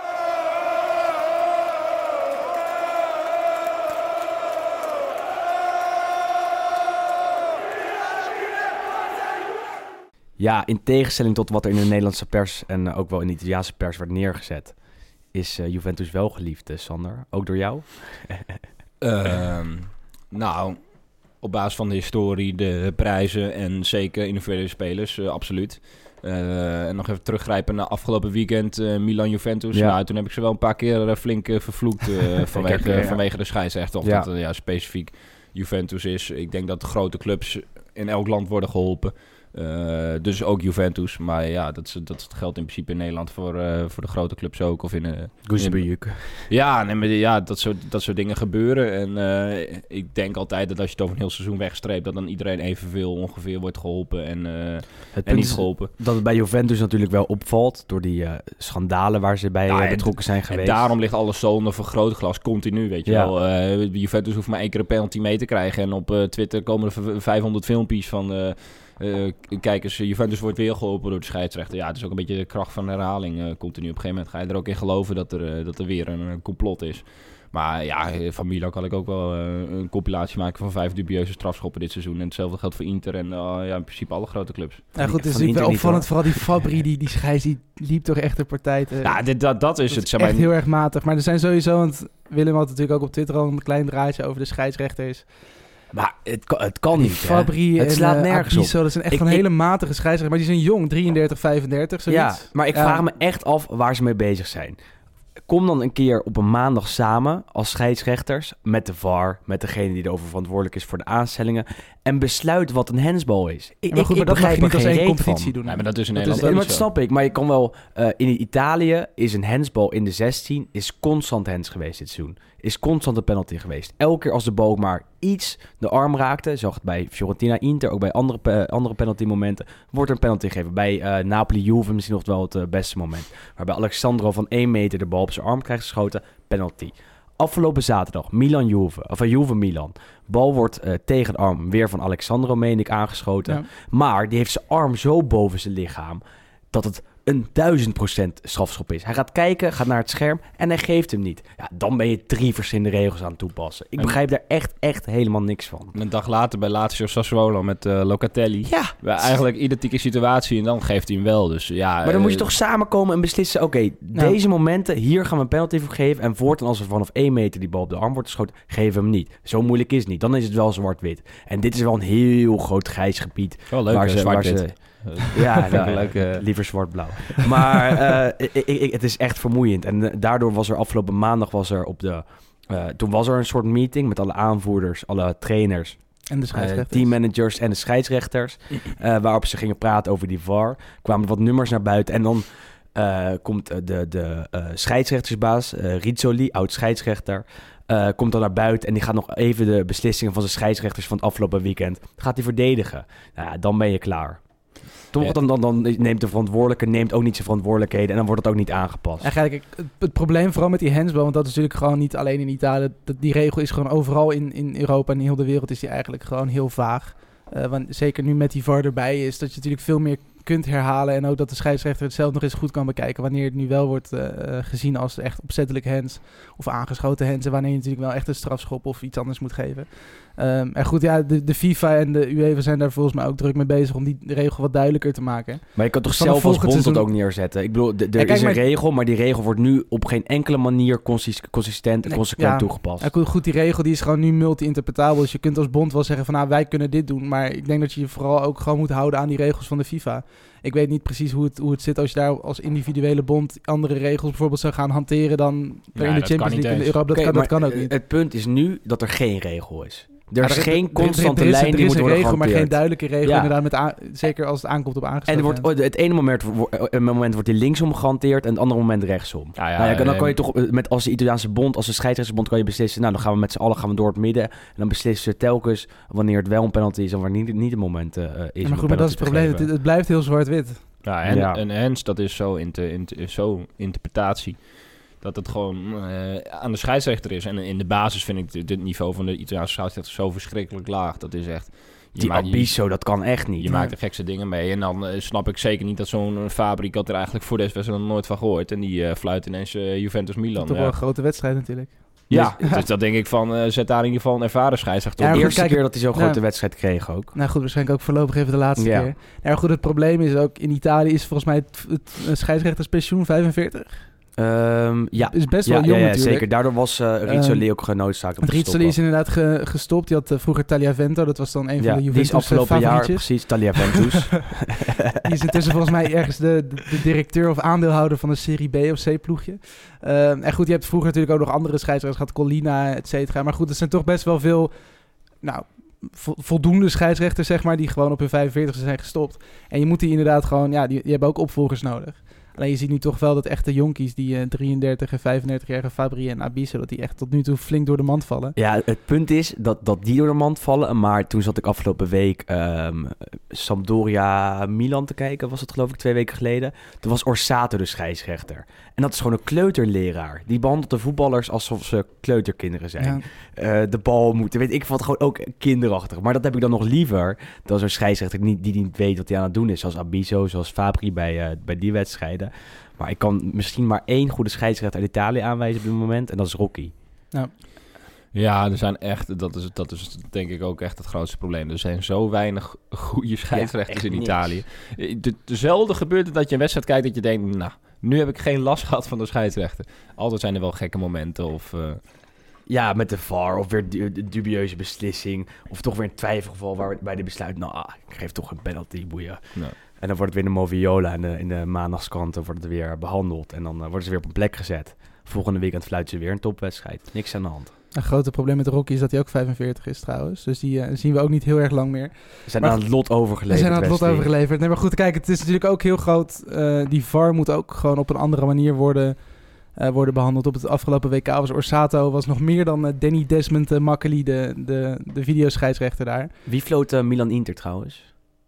Ja, in tegenstelling tot wat er in de Nederlandse pers en uh, ook wel in de Italiaanse pers werd neergezet, is uh, Juventus wel geliefd, uh, Sander. Ook door jou? uh, nou, op basis van de historie, de prijzen en zeker individuele spelers, uh, absoluut. Uh, en nog even teruggrijpen naar afgelopen weekend uh, Milan-Juventus. Ja. Nou, toen heb ik ze wel een paar keer uh, flink uh, vervloekt uh, vanwege, heb, ja. vanwege de scheidsrechter. Of Ja. dat uh, ja, specifiek Juventus is. Ik denk dat de grote clubs in elk land worden geholpen. Uh, dus ook Juventus. Maar ja, dat, is, dat geldt in principe in Nederland voor, uh, voor de grote clubs ook. Of in, uh, Goezebujuk. Ja, nee, maar ja dat, soort, dat soort dingen gebeuren. En uh, ik denk altijd dat als je het over een heel seizoen wegstreept, dat dan iedereen evenveel ongeveer wordt geholpen en, uh, het en niet geholpen. Dat het bij Juventus natuurlijk wel opvalt door die uh, schandalen waar ze bij ja, uh, betrokken zijn geweest. En daarom ligt alles zo onder vergrootglas continu, weet je ja. wel. Uh, Juventus hoeft maar één keer een penalty mee te krijgen. En op uh, Twitter komen er vijfhonderd filmpjes van... Uh, Uh, kijk eens, Juventus wordt weer geholpen door de scheidsrechter. Ja, het is ook een beetje de kracht van herhaling uh, continu. Op een gegeven moment ga je er ook in geloven dat er, uh, dat er weer een, een complot is. Maar ja, van Milan kan ik ook wel uh, een compilatie maken van vijf dubieuze strafschoppen dit seizoen. En hetzelfde geldt voor Inter en uh, ja, in principe alle grote clubs. Ja goed, het is natuurlijk wel opvallend. Vooral die Fabri, die, die scheids, die liep toch echt de partij te... Ja, dit, dat, dat is dat het. Is zeg echt maar... heel erg matig. Maar er zijn sowieso, want Willem had natuurlijk ook op Twitter al een klein draadje over de scheidsrechters. Maar het kan, het kan niet, Fabri hè? Het en slaat uh, nergens Abiso, op. dat zijn echt ik, van ik, hele matige scheidsrechters. Maar die zijn jong, drieëndertig, vijfendertig, zoiets. Ja, maar ik ja. vraag me echt af waar ze mee bezig zijn. Kom dan een keer op een maandag samen als scheidsrechters met de V A R, met degene die erover verantwoordelijk is voor de aanstellingen en besluit wat een handsbal is. Ik, ja, maar goed, ik, maar ik dat mag je niet als één competitie van. doen. Nee, maar dat is in dat Nederland is, ook maar zo. dat snap ik, maar je kan wel... Uh, in Italië is een handsbal in de zestien is constant hands geweest dit seizoen. Is constant een penalty geweest. Elke keer als de bal maar iets de arm raakte, zag het bij Fiorentina, Inter, ook bij andere, pe- andere penalty momenten, wordt er een penalty gegeven. Bij uh, Napoli, Juve misschien nog wel het uh, beste moment. Waarbij Alexandro van één meter de bal op zijn arm krijgt geschoten, penalty. Afgelopen zaterdag, Milan-Juve, of uh, Juve-Milan. Bal wordt uh, tegen de arm weer van Alexandro, meen ik, aangeschoten. Ja. Maar die heeft zijn arm zo boven zijn lichaam dat het een duizend procent strafschop is. Hij gaat kijken, gaat naar het scherm en hij geeft hem niet. Ja, dan ben je drie verschillende regels aan het toepassen. Ik en begrijp daar echt, echt helemaal niks van. Een dag later bij Lazio Sassuolo met uh, Locatelli. Ja. Eigenlijk identieke situatie en dan geeft hij hem wel. Dus, ja, maar dan uh, moet je toch samenkomen en beslissen... Oké, okay, nou. deze momenten, hier gaan we een penalty voor geven... en voortaan als er vanaf één meter die bal op de arm wordt geschoten... geven we hem niet. Zo moeilijk is het niet. Dan is het wel zwart-wit. En dit is wel een heel groot grijs gebied. Wel leuk, waar ze, waar ze, ja, nou, leuk, uh... liever zwart-blauw. Maar uh, ik, ik, het is echt vermoeiend. En uh, daardoor was er afgelopen maandag was er op de... Uh, toen was er een soort meeting met alle aanvoerders, alle trainers... En de scheidsrechters. Uh, teammanagers en de scheidsrechters. Uh, waarop ze gingen praten over die V A R. Kwamen wat nummers naar buiten. En dan uh, komt de, de uh, scheidsrechtersbaas, uh, Rizzoli, oud-scheidsrechter... Uh, komt dan naar buiten en die gaat nog even de beslissingen van zijn scheidsrechters van het afgelopen weekend... gaat hij verdedigen. Nou ja, dan ben je klaar. Toch, ja. dan, dan, dan neemt de verantwoordelijke neemt ook niet zijn verantwoordelijkheden... en dan wordt het ook niet aangepast. Eigenlijk het, het probleem vooral met die handsbal... want dat is natuurlijk gewoon niet alleen in Italië... Dat, die regel is gewoon overal in, in Europa en in heel de wereld... is die eigenlijk gewoon heel vaag. Uh, want zeker nu met die V A R erbij is... dat je natuurlijk veel meer kunt herhalen... en ook dat de scheidsrechter het zelf nog eens goed kan bekijken... wanneer het nu wel wordt uh, gezien als echt opzettelijk hands... of aangeschoten hands... en wanneer je natuurlijk wel echt een strafschop of iets anders moet geven... Um, en goed, ja, de, de FIFA en de UEFA zijn daar volgens mij ook druk mee bezig om die regel wat duidelijker te maken. Maar je kan toch zelf als bond dat ook neerzetten? Ik bedoel, d- er ja, kijk, is een maar... regel, maar die regel wordt nu op geen enkele manier consist- consistent en nee, consequent ja, toegepast. Ja, goed, die regel die is gewoon nu multi-interpretabel. Dus je kunt als bond wel zeggen van, nou, wij kunnen dit doen. Maar ik denk dat je je vooral ook gewoon moet houden aan die regels van de FIFA. Ik weet niet precies hoe het, hoe het zit als je daar als individuele bond andere regels bijvoorbeeld zou gaan hanteren dan ja, in de Champions League en de Europa. Dat, okay, kan, dat kan ook niet. Het punt is nu dat er geen regel is. Er is ja, geen er, constante er, er, er is, lijn die moet worden regel, maar geen duidelijke regel. Ja. Inderdaad, met a- zeker als het aankomt op aangesloten. En er wordt, het ene moment, een moment wordt die linksom gehanteerd en het andere moment rechtsom. Ja, ja, nou ja, dan kan je toch met als de Italiaanse bond, als de scheidsrechtersbond kan je beslissen. Nou, dan gaan we met z'n allen gaan we door het midden en dan beslissen ze telkens wanneer het wel een penalty is en wanneer niet, niet het moment uh, is. Ja, maar goed, maar dat is het probleem. Het, het blijft heel zwart-wit. Ja, en, ja. en hands, dat is zo, inter, inter, zo interpretatie. Dat het gewoon uh, aan de scheidsrechter is. En in de basis vind ik dit, dit niveau van de Italiaanse scheidsrechter zo verschrikkelijk laag. Dat is echt... Die Abiso, dat kan echt niet. Je maakt de gekste dingen mee. En dan uh, snap ik zeker niet dat zo'n Fabri... Ik had er eigenlijk voor deze wedstrijd nog nooit van gehoord. En die uh, fluit ineens uh, Juventus-Milan. Dat is toch ja. wel een grote wedstrijd natuurlijk. Ja, dus, dus dat denk ik van... Uh, zet daar in ieder geval een ervaren scheidsrechter op. Ja, de eerste kijk, keer dat hij zo'n grote ja. wedstrijd kreeg ook. Nou goed, waarschijnlijk ook voorlopig even de laatste ja. keer. Nou goed, het probleem is ook... In Italië is volgens mij het, het, het scheidsrechterspensioen vijfenveertig. Um, ja, is best wel ja, jong ja, ja, natuurlijk. zeker. Daardoor was uh, Rizzoli um, ook genoodzaakt om te stoppen. Rizzoli is inderdaad ge- gestopt. Die had uh, vroeger Tagliavento. Dat was dan een ja, van de Juventus die is afgelopen jaar precies Tagliaventus. Die is intussen volgens mij ergens de, de, de directeur of aandeelhouder van een Serie B of C ploegje. Um, en goed, je hebt vroeger natuurlijk ook nog andere scheidsrechters gehad. Collina, et cetera. Maar goed, er zijn toch best wel veel nou, vo- voldoende scheidsrechters, zeg maar, die gewoon op hun vijfenveertigste zijn gestopt. En je moet die inderdaad gewoon, ja, die, die hebben ook opvolgers nodig. Alleen je ziet nu toch wel dat echte jonkies, die uh, drieëndertig en vijfendertig-jarige Fabri en Abisso, dat die echt tot nu toe flink door de mand vallen. Ja, het punt is dat, dat die door de mand vallen. Maar toen zat ik afgelopen week um, Sampdoria-Milan te kijken. Was het geloof ik twee weken geleden. Toen was Orsato de scheidsrechter. En dat is gewoon een kleuterleraar. Die behandelt de voetballers alsof ze kleuterkinderen zijn. Ja. Uh, de bal moeten, weet ik wat, gewoon ook kinderachtig. Maar dat heb ik dan nog liever dan zo'n scheidsrechter die, die niet weet wat hij aan het doen is. Zoals Abisso, zoals Fabri bij, uh, bij die wedstrijden. Maar ik kan misschien maar één goede scheidsrechter uit Italië aanwijzen op dit moment. En dat is Rocky. Ja. Ja, er zijn echt, dat is, dat is denk ik ook echt het grootste probleem. Er zijn zo weinig goede scheidsrechters ja, in Italië. De, dezelfde gebeurt het dat je een wedstrijd kijkt dat je denkt, nou, nu heb ik geen last gehad van de scheidsrechter. Altijd zijn er wel gekke momenten of... Uh... Ja, met de V A R of weer de dubieuze beslissing. Of toch weer een twijfelgeval waarbij de besluit, nou, ah, ik geef toch een penalty, boeien. Ja. En dan wordt het weer de Moviola in de, in de maandagskranten wordt het weer behandeld. En dan uh, worden ze weer op een plek gezet. Volgende weekend fluiten ze weer een topwedstrijd. Niks aan de hand. Een grote probleem met Rocky is dat hij ook vijfenveertig is trouwens. Dus die uh, zien we ook niet heel erg lang meer. We zijn maar, aan het lot overgeleverd. We zijn aan het lot overgeleverd. Nee, maar goed, kijk, het is natuurlijk ook heel groot. Uh, die V A R moet ook gewoon op een andere manier worden, uh, worden behandeld. Op het afgelopen W K was Orsato was nog meer dan uh, Danny Desmond uh, Makkely, de, de, de videoscheidsrechter daar. Wie floot uh, Milan-Inter trouwens?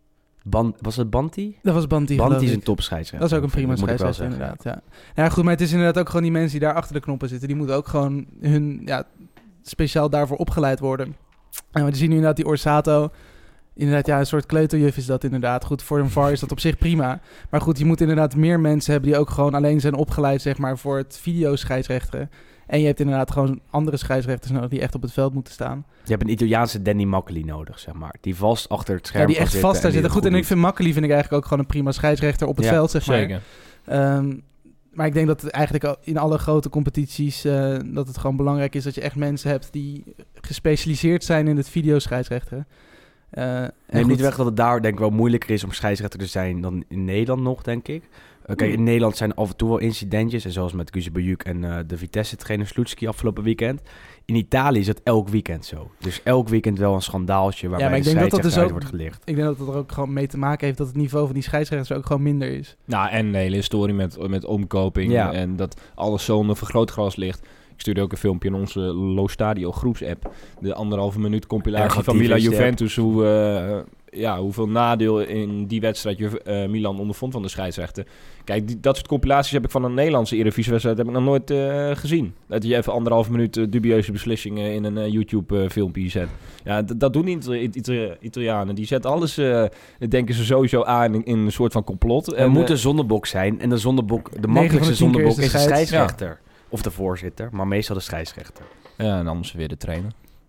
Ban- was het Banti? Dat was Banti, Banti is een topscheidsrechter. Dat is ook een prima scheidsrechter, inderdaad. Ja. Ja, goed, maar het is inderdaad ook gewoon die mensen die daar achter de knoppen zitten. Die moeten ook gewoon hun, ja, speciaal daarvoor opgeleid worden. En we zien nu inderdaad die Orsato. Inderdaad, ja, een soort kleuterjuf is dat inderdaad. Goed, voor een V A R is dat op zich prima. Maar goed, je moet inderdaad meer mensen hebben die ook gewoon alleen zijn opgeleid, zeg maar, voor het videoscheidsrechteren. En je hebt inderdaad gewoon andere scheidsrechters nodig die echt op het veld moeten staan. Je hebt een Italiaanse Danny Makkely nodig, zeg maar. Die vast achter het scherm Ja, die echt zitten vast daar zitten. Goed, goed en ik vind Makkely vind ik eigenlijk ook gewoon een prima scheidsrechter op het ja, veld, zeg maar. Zeker. Um, maar ik denk dat het eigenlijk in alle grote competities uh, dat het gewoon belangrijk is dat je echt mensen hebt die gespecialiseerd zijn in het videoscheidsrechteren. Uh, Neem niet weg dat het daar denk ik wel moeilijker is om scheidsrechter te zijn dan in Nederland nog, denk ik. Uh, kijk, in Nederland zijn af en toe wel incidentjes. En zoals met Guzebujuk en uh, de Vitesse-trainer Slutsky afgelopen weekend. In Italië is het elk weekend zo. Dus elk weekend wel een schandaaltje waarbij ja, maar ik de denk dat dat dus ook, wordt gelicht. Ik denk dat dat er ook gewoon mee te maken heeft dat het niveau van die scheidsrechters ook gewoon minder is. Nou, en een hele historie met, met omkoping. Ja. En dat alles zo onder vergrootglas ligt. Ik stuurde ook een filmpje in onze Lo Stadio groepsapp. De anderhalve minuut compilatie ja, van Milan Juventus. Hoe, uh, ja, hoeveel nadeel in die wedstrijd uh, Milan ondervond van de scheidsrechter. Kijk, die, dat soort compilaties heb ik van een Nederlandse Eredivisie-wedstrijd heb ik nog nooit uh, gezien. Dat je even anderhalve minuut uh, dubieuze beslissingen in een uh, YouTube-filmpje uh, zet. Ja, d- dat doen die Itali- Itali- Italianen. Die zetten alles, uh, denken ze sowieso aan in, in een soort van complot. Er en, moet uh, een zondebok zijn. En de zondebok, de makkelijkste zondebok is de, is de scheidsrechter. Ja. Of de voorzitter, maar meestal de scheidsrechter. Ja, en anders weer de trainer.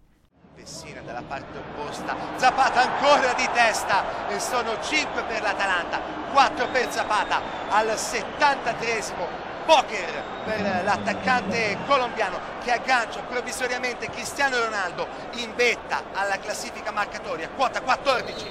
Pessina dalla parte opposta, Zapata ancora di testa e sono cinque per l'Atalanta, quattro per Zapata al settantatreesimo. Poker per l'attaccante colombiano che aggancia provvisoriamente Cristiano Ronaldo in vetta alla classifica marcatoria, quota quattordici.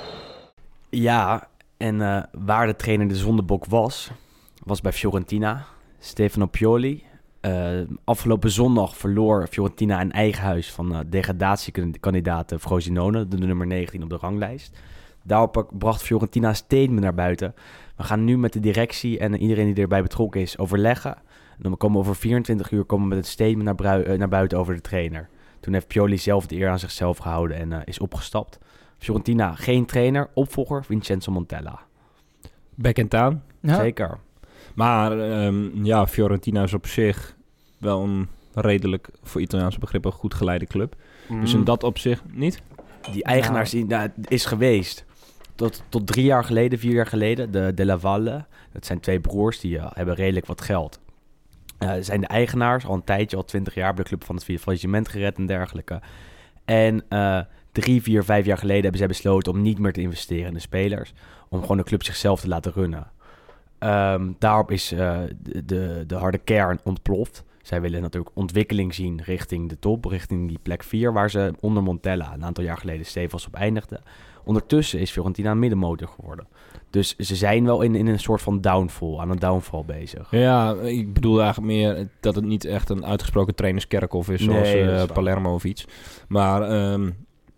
Ja, en uh, waar de trainer de zondebok was, was bij Fiorentina, Stefano Pioli. Uh, afgelopen zondag verloor Fiorentina in eigen huis van uh, degradatiekandidaat Frosinone, de nummer negentien op de ranglijst. Daarop bracht Fiorentina een statement naar buiten. We gaan nu met de directie en iedereen die erbij betrokken is overleggen. En dan komen we over vierentwintig uur komen we met een statement naar, brui- uh, naar buiten over de trainer. Toen heeft Pioli zelf de eer aan zichzelf gehouden en uh, is opgestapt. Fiorentina, geen trainer, opvolger Vincenzo Montella. Back in town. Ja. Zeker. Maar um, ja, Fiorentina is op zich wel een redelijk, voor Italiaanse begrippen, goed geleide club. Mm. Dus in dat opzicht niet. Die eigenaars die, nou, is geweest tot, tot drie jaar geleden, vier jaar geleden, de De La Valle. Dat zijn twee broers, die uh, hebben redelijk wat geld. Uh, zijn de eigenaars, al een tijdje, al twintig jaar, hebben de club van het faillissement gered en dergelijke. En uh, drie, vier, vijf jaar geleden hebben zij besloten om niet meer te investeren in de spelers. Om gewoon de club zichzelf te laten runnen. Um, daarop is uh, de, de, de harde kern ontploft. Zij willen natuurlijk ontwikkeling zien richting de top, richting die plek vier, waar ze onder Montella een aantal jaar geleden stevig op eindigden. Ondertussen is Fiorentina een middenmotor geworden. Dus ze zijn wel in, in een soort van downfall, aan een downfall bezig. Ja, ik bedoel eigenlijk meer dat het niet echt een uitgesproken trainerskerkhof is, zoals nee, uh, Palermo of iets. Maar um,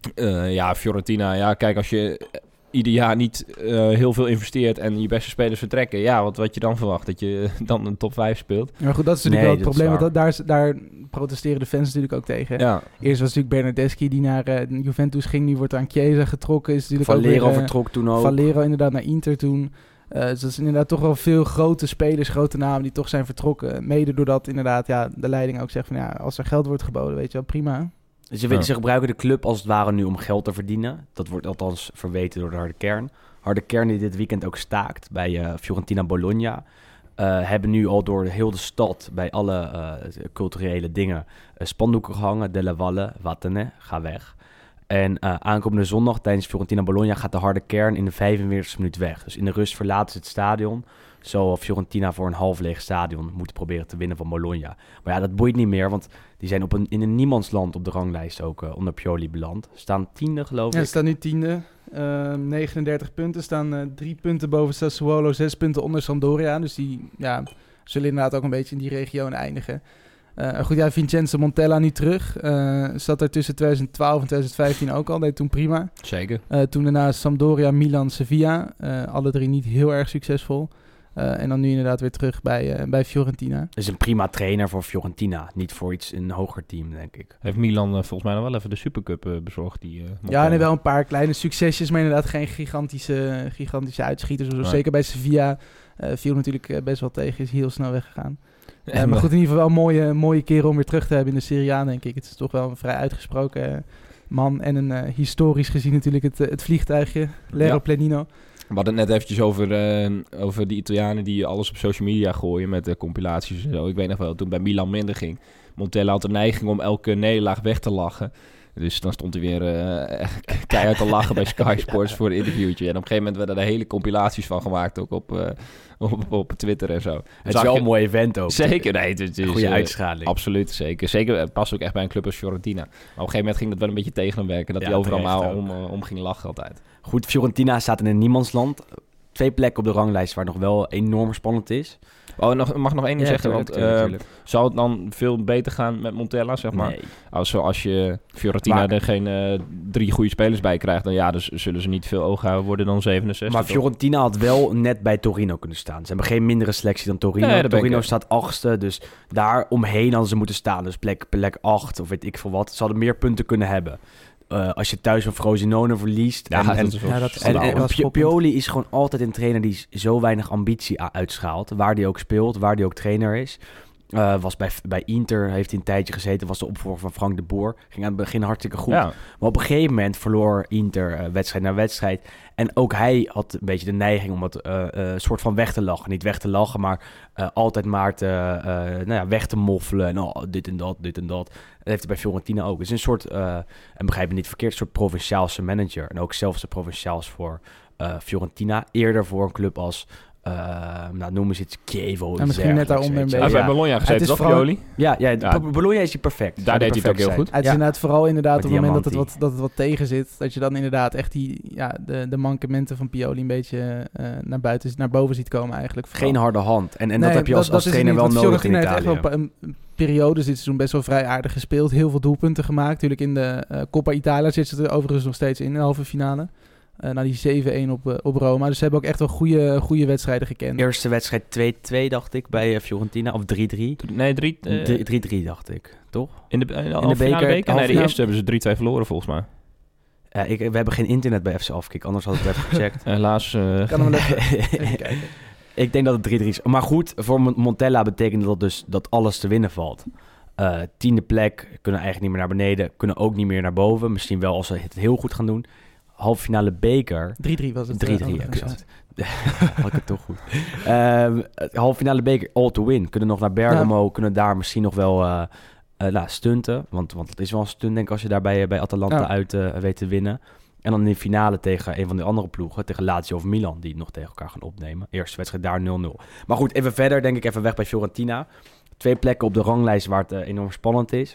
Uh, ja, Fiorentina. Ja, kijk, als je ieder jaar niet uh, heel veel investeert en je beste spelers vertrekken, ja, wat, wat je dan verwacht? Dat je dan een top vijf speelt? Ja, maar goed, dat is natuurlijk nee, wel het probleem. Want daar, daar protesteren de fans natuurlijk ook tegen. Ja. Eerst was natuurlijk Bernardeschi die naar uh, Juventus ging. Nu wordt aan Chiesa getrokken. Is natuurlijk Valero ook weer, uh, vertrok toen ook. Valero inderdaad naar Inter toen. Uh, dus dat is inderdaad toch wel veel grote spelers, grote namen die toch zijn vertrokken. Mede doordat inderdaad ja, de leiding ook zegt van ja, als er geld wordt geboden, weet je wel, prima. Ze, ja. ze gebruiken de club als het ware nu om geld te verdienen. Dat wordt althans verweten door de harde kern. Harde kern die dit weekend ook staakt bij uh, Fiorentina Bologna. Uh, hebben nu al door heel de stad bij alle uh, culturele dingen uh, spandoeken gehangen. Delle Valle, Vattene, ga weg. En uh, aankomende zondag tijdens Fiorentina Bologna gaat de harde kern in de vijfenveertigste minuut weg. Dus in de rust verlaten ze het stadion. Zo Fiorentina voor een half leeg stadion moeten proberen te winnen van Bologna. Maar ja, dat boeit niet meer, want die zijn op een, in een niemandsland op de ranglijst ook uh, onder Pioli beland. Staan tiende, geloof ja, ik. Ja, staan nu tiende. Uh, negenendertig punten. Staan uh, drie punten boven Sassuolo, zes punten onder Sampdoria. Dus die ja, zullen inderdaad ook een beetje in die regio eindigen. Uh, goed, ja, Vincenzo Montella nu terug. Uh, zat er tussen twintig twaalf en twintig vijftien ook al. Deed toen prima. Zeker. Uh, toen daarna Sampdoria, Milan, Sevilla. Uh, alle drie niet heel erg succesvol. Uh, en dan nu inderdaad weer terug bij, uh, bij Fiorentina. Is een prima trainer voor Fiorentina. Niet voor iets een hoger team, denk ik. Heeft Milan uh, volgens mij nog wel even de Supercup uh, bezorgd? Die, uh, ja, en wel een paar kleine succesjes, maar inderdaad geen gigantische, gigantische uitschieters. Dus nee. Zeker bij Sevilla uh, viel natuurlijk uh, best wel tegen. Is heel snel weggegaan. Uh, maar goed, in ieder geval wel een mooie, mooie kerel om weer terug te hebben in de Serie A, denk ik. Het is toch wel een vrij uitgesproken uh, man. En een uh, historisch gezien natuurlijk het, uh, het vliegtuigje, L'Aeroplanino. Ja. We hadden het net eventjes over, uh, over die Italianen die alles op social media gooien met uh, compilaties en zo. Ik weet nog wel, toen bij Milan minder ging. Montella had de neiging om elke nederlaag weg te lachen. Dus dan stond hij weer uh, keihard te lachen bij Sky Sports voor een interviewtje. En op een gegeven moment werden er hele compilaties van gemaakt, ook op, uh, op, op Twitter en zo. Het is wel een mooi event ook. Zeker, nee, het is goede uh, uitschaling. Absoluut, zeker. Zeker, het past ook echt bij een club als Fiorentina. Maar op een gegeven moment ging dat wel een beetje tegen hem werken. Dat ja, hij overal maar om, uh, om ging lachen altijd. Goed, Fiorentina staat in een niemandsland. Twee plekken op de ranglijst waar nog wel enorm spannend is. Oh, nog, mag nog één ding ja, zeggen, tuurlijk, want tuurlijk, tuurlijk. Uh, zou het dan veel beter gaan met Montella, zeg maar? Nee. Als, als je Fiorentina maar, er geen uh, drie goede spelers bij krijgt, dan ja, dus zullen ze niet veel oog houden worden dan zevenenzestig. Maar Fiorentina had wel net bij Torino kunnen staan. Ze hebben geen mindere selectie dan Torino. Nee, Torino ik... staat achtste, dus daar omheen hadden ze moeten staan. Dus plek, plek acht of weet ik veel wat. Ze hadden meer punten kunnen hebben. Uh, als je thuis van Frosinone verliest. Ja, en, en, ja, dat is en, en, en Pioli is gewoon altijd een trainer die zo weinig ambitie uitschaalt. Waar die ook speelt, waar die ook trainer is. Uh, was bij, bij Inter, heeft hij een tijdje gezeten, was de opvolger van Frank de Boer. Ging aan het begin hartstikke goed. Ja. Maar op een gegeven moment verloor Inter uh, wedstrijd na wedstrijd. En ook hij had een beetje de neiging om het uh, uh, soort van weg te lachen. Niet weg te lachen, maar uh, altijd maar te, uh, nou ja, weg te moffelen. En oh, dit en dat, dit en dat. Dat heeft hij bij Fiorentina ook. Het is een soort, uh, en begrijp me niet verkeerd, een soort provinciaalse manager. En ook zelfs de provinciaals voor uh, Fiorentina. Eerder voor een club als... Uh, nou, noemen ze het Chievo. Ja, misschien net daaronder een beetje. Hij heeft bij Bologna gezeten, toch, Pioli? Ja, ja, ja. Bologna is hij perfect. Daar deed hij het ook heel zijn. goed. Het is ja. inderdaad vooral inderdaad op het moment dat het, wat, dat het wat tegen zit, dat je dan inderdaad echt die, ja, de, de mankementen van Pioli een beetje uh, naar buiten, naar boven ziet komen eigenlijk. Vooral. Geen harde hand. En, en nee, dat heb je als, dat, als dat trainer wel nodig in Italië. Heeft echt wel een, een periode dit seizoen best wel vrij aardig gespeeld. Heel veel doelpunten gemaakt. Natuurlijk in de uh, Coppa Italia zit ze er overigens nog steeds in, in de halve finale. Uh, na die zeven-een op, uh, op Roma. Dus ze hebben ook echt wel goede, goede wedstrijden gekend. Eerste wedstrijd twee-twee, dacht ik, bij uh, Fiorentina. Of drie-drie. Nee, drie-drie, uh, dacht ik. Toch? In de, in de, in de beker? beker? Nee, de eerste hebben ze drie-twee verloren, volgens mij. Ja, ik, we hebben geen internet bij F C Afkick. Anders had ik het even gecheckt. Helaas. Uh, kan hem even, even kijken. Ik denk dat het drie-drie is. Maar goed, voor Montella betekent dat dus dat alles te winnen valt. Uh, tiende plek, kunnen eigenlijk niet meer naar beneden. Kunnen ook niet meer naar boven. Misschien wel als ze het heel goed gaan doen. Halve finale beker. drie-drie was het. drie-drie, ja, exact. Had ik het toch goed. Uh, halve finale beker, all to win. Kunnen nog naar Bergamo, ja. Kunnen daar misschien nog wel uh, uh, nou, stunten. Want, want het is wel een stunt, denk ik, als je daar bij, bij Atalanta ja. uit uh, weet te winnen. En dan in de finale tegen een van de andere ploegen, tegen Lazio of Milan, die het nog tegen elkaar gaan opnemen. Eerste wedstrijd daar nul-nul. Maar goed, even verder, denk ik, even weg bij Fiorentina. Twee plekken op de ranglijst waar het uh, enorm spannend is.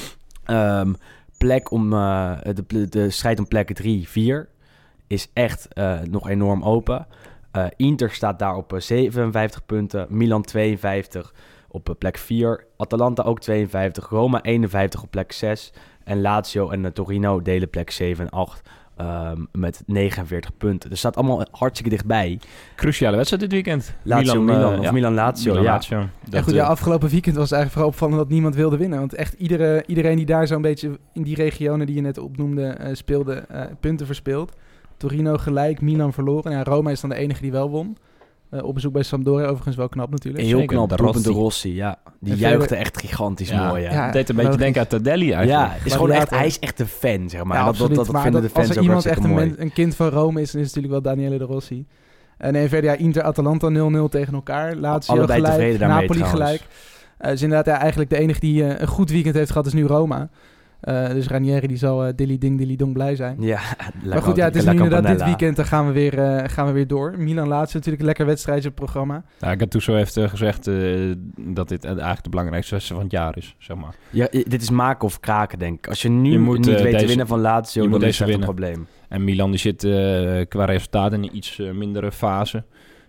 Um, plek om uh, de, de strijd om plekken drie vier is echt uh, nog enorm open. Uh, Inter staat daar op uh, zevenenvijftig punten. Milan tweeënvijftig op uh, plek vier. Atalanta ook tweeënvijftig. Roma eenenvijftig op plek zes. En Lazio en uh, Torino delen plek zeven en acht um, met negenenveertig punten. Dus het staat allemaal hartstikke dichtbij. Cruciale wedstrijd dit weekend. Lazio, Milan, Milan of ja. Milan-Lazio, Milan, ja. Lazio. Dat, En goed, ja, uh, afgelopen weekend was het eigenlijk vooral opvallend dat niemand wilde winnen. Want echt iedere, iedereen die daar zo'n beetje in die regionen die je net opnoemde uh, speelde, uh, punten verspeeld. Torino gelijk, Milan verloren. Ja, Roma is dan de enige die wel won. Uh, op bezoek bij Sampdoria, overigens wel knap natuurlijk. Heel Zeker, knap, de doelpunt de Rossi. Rossi, ja. Die En juichte verder- echt gigantisch ja, mooi, ja. ja. Het deed een beetje logisch. denken aan Tardelli eigenlijk. Ja, is gewoon echt, Gladiator. hij is echt een fan, zeg maar. Ja, En dat, dat, absoluut. dat Maar vinden dat- de fans als er ook iemand echt hartstikke een, mooi. men- een kind van Rome is, dan is het natuurlijk wel Daniele de Rossi. En nee, verder ja, Inter-Atalanta nul nul tegen elkaar. Lazio Allebei gelijk, tevreden daarmee, Napoli trouwens. gelijk. Uh, dus inderdaad, ja, eigenlijk de enige die uh, een goed weekend heeft gehad is nu Roma. Uh, dus Ranieri die zal uh, dilly ding dilly dong blij zijn. Ja, Maar goed, ja, het is nu inderdaad dit weekend, dan gaan we weer, uh, gaan we weer door. Milan-Lazio natuurlijk een lekker wedstrijdje op het programma. Ja, Gattuso heeft uh, gezegd uh, dat dit eigenlijk de belangrijkste wedstrijd van het jaar is, zeg maar. Ja, i- dit is maken of kraken, denk ik. Als je nu Je moet, niet uh, weet te deze- winnen van Lazio, je dan moet is deze het echt een winnen. probleem. En Milan die zit uh, qua resultaat in een iets uh, mindere fase.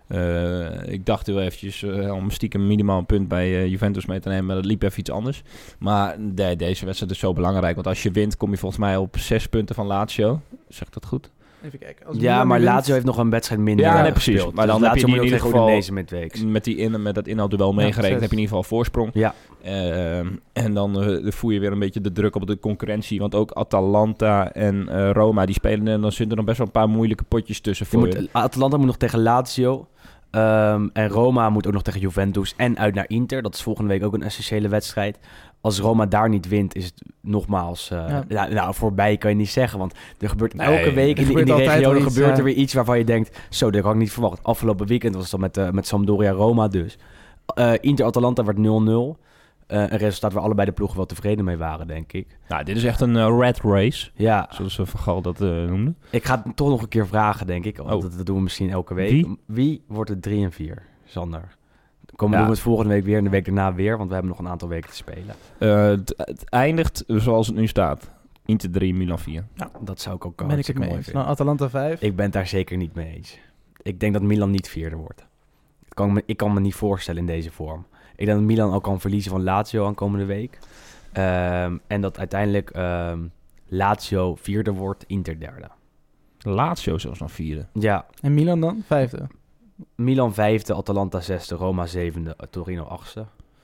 Uh, ik dacht heel eventjes uh, om stiekem minimaal een punt bij uh, Juventus mee te nemen, maar dat liep even iets anders. Maar de, deze wedstrijd is zo belangrijk, want als je wint kom je volgens mij op zes punten van Lazio. Zeg ik dat goed? Even kijken. Als Ja, Milan maar nu wint- Lazio heeft nog een wedstrijd minder Ja, uh, nee, precies. gespeeld. Maar Dus dan heb je Lazio die moet in ook ieder tegen geval- Udinese midweeks. Met, die in, met dat inhaalduel Ja, meegerekend zes. heb je in ieder geval voorsprong. Ja, Uh, en dan uh, voel je weer een beetje de druk op de concurrentie. Want ook Atalanta en uh, Roma die spelen. En dan zitten er nog best wel een paar moeilijke potjes tussen je voor moet, je. Atalanta moet nog tegen Lazio. Um, en Roma moet ook nog tegen Juventus en uit naar Inter. Dat is volgende week ook een essentiële wedstrijd. Als Roma daar niet wint, is het nogmaals... Uh, Ja. ja, nou, voorbij kan je niet zeggen. Want er gebeurt Nee, elke week er in, die- in gebeurt die altijd regio wel er iets, gebeurt ja. er weer iets waarvan je denkt... Zo, dat had ik niet verwacht. Afgelopen weekend was het dan met, uh, met Sampdoria-Roma dus. Uh, Inter-Atalanta werd nul nul. Uh, een resultaat waar allebei de ploegen wel tevreden mee waren, denk ik. Nou, dit is echt een uh, red race. Ja, Zoals uh, Van Gaal dat uh, noemde. ik ga het toch nog een keer vragen, denk ik. Want Oh. dat, dat doen we misschien elke week. Wie? Wie wordt het drie en vier, Sander? Dan komen Ja. doen we het volgende week weer en de week daarna weer. Want we hebben nog een aantal weken te spelen. Uh, het, het eindigt zoals het nu staat. Inter drie, Milan vier. Dat zou ik ook ben ik het hartstikke mee mooi eens. vinden. Dan Atalanta vijf. Ik ben het daar zeker niet mee eens. Ik denk dat Milan niet vierde wordt. Ik kan me, ik kan me niet voorstellen in deze vorm. Ik denk dat Milan ook kan verliezen van Lazio aankomende week. Um, en dat uiteindelijk um, Lazio vierde wordt, Inter derde. Lazio zelfs nog vierde. Ja, En Milan dan? Vijfde. Milan vijfde, Atalanta zesde, Roma zevende, Torino achtste.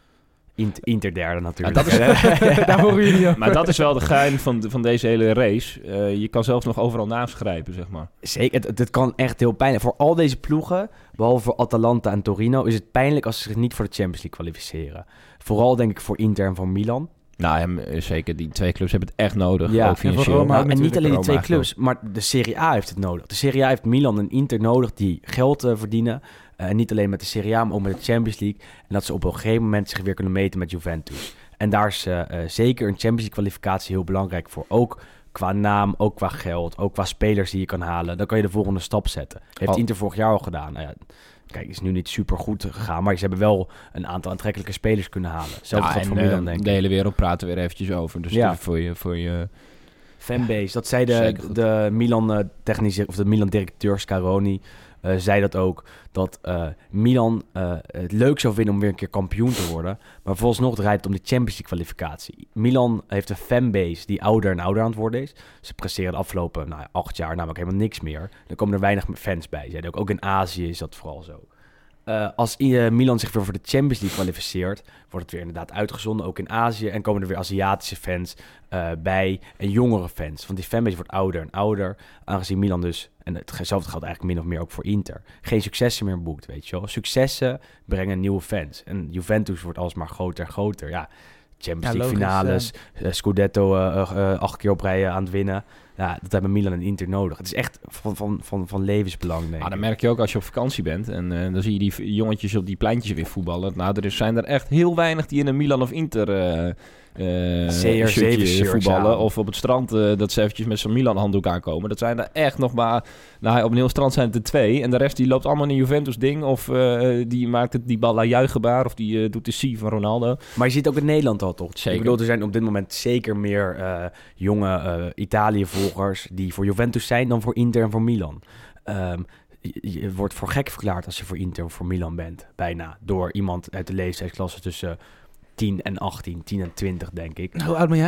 Inter, Inter derde natuurlijk. Ja, dat is- Daar horen jullie over. Maar dat is wel de gein van, de- van deze hele race. Uh, je kan zelfs nog overal naast grijpen, zeg maar. Zeker, het, het kan echt heel pijnlijk. Voor al deze ploegen, behalve voor Atalanta en Torino, is het pijnlijk als ze zich niet voor de Champions League kwalificeren. Vooral denk ik voor Inter en voor Milan. Nou, ja, zeker. Die twee clubs hebben het echt nodig. Ja, ook en voor financieel. Roma Nou, ook en niet natuurlijk. alleen die twee Roma clubs, maar de Serie A heeft het nodig. De Serie A heeft Milan en Inter nodig die geld uh, verdienen. Uh, en niet alleen met de Serie A, maar ook met de Champions League. En dat ze op een gegeven moment zich weer kunnen meten met Juventus. En daar is uh, uh, zeker een Champions League kwalificatie heel belangrijk voor. Ook qua naam, ook qua geld, ook qua spelers die je kan halen. Dan kan je de volgende stap zetten. Heeft Oh. Inter vorig jaar al gedaan. Nou ja, kijk, is nu niet super goed gegaan, maar ze hebben wel een aantal aantrekkelijke spelers kunnen halen. Zelfs Ja, geldt en, voor Milan, uh, denk ik. de hele wereld praat er weer eventjes over. Dus Ja. ja. voor je... Voor je Fanbase, dat zei Zeker de, goed. de Milan uh, technische of de Milan directeur Scaroni, uh, zei dat ook, dat uh, Milan uh, het leuk zou vinden om weer een keer kampioen te worden, maar vooralsnog draait het om de Champions League kwalificatie. Milan heeft een fanbase die ouder en ouder aan het worden is. Ze presteren de afgelopen nou, ja, acht jaar namelijk helemaal niks meer. Er komen er weinig fans bij. Zeiden ook, ook in Azië is dat vooral zo. Uh, als uh, Milan zich weer voor de Champions League kwalificeert, wordt het weer inderdaad uitgezonden, ook in Azië. En komen er weer Aziatische fans uh, bij en jongere fans. Want die fanbase wordt ouder en ouder, aangezien Milan dus, en hetzelfde geldt eigenlijk min of meer ook voor Inter, geen successen meer boekt, weet je wel. Successen brengen nieuwe fans. En Juventus wordt alsmaar groter en groter. Ja, Champions Ja, League logisch, finales, uh, Scudetto uh, uh, acht keer op rij aan het winnen. Ja, dat hebben Milan en Inter nodig. Het is echt van, van, van, van levensbelang, denk Ah, ik. dan merk je ook als je op vakantie bent en uh, dan zie je die jongetjes op die pleintjes weer voetballen. Nou, er zijn er echt heel weinig die in een Milan of Inter uh, uh, C R zeven shirtje shirts voetballen. aan. Of op het strand uh, dat ze eventjes met zo'n Milan handdoek aankomen. Dat zijn er echt nog maar... Nou, op een heel strand zijn het er twee. En de rest die loopt allemaal in een Juventus ding. Of uh, die maakt het, die bal juichgebaar. Of die uh, doet de C van Ronaldo. Maar je ziet ook in Nederland al toch? Zeker. Ik bedoel, er zijn op dit moment zeker meer uh, jonge uh, Italië-volgers die voor Juventus zijn dan voor Inter en voor Milan. Um, je, je wordt voor gek verklaard als je voor Inter of voor Milan bent. Bijna. Door iemand uit de leeftijdsklasse tussen tien en achttien, tien en twintig, denk ik. Hoe oud ben jij?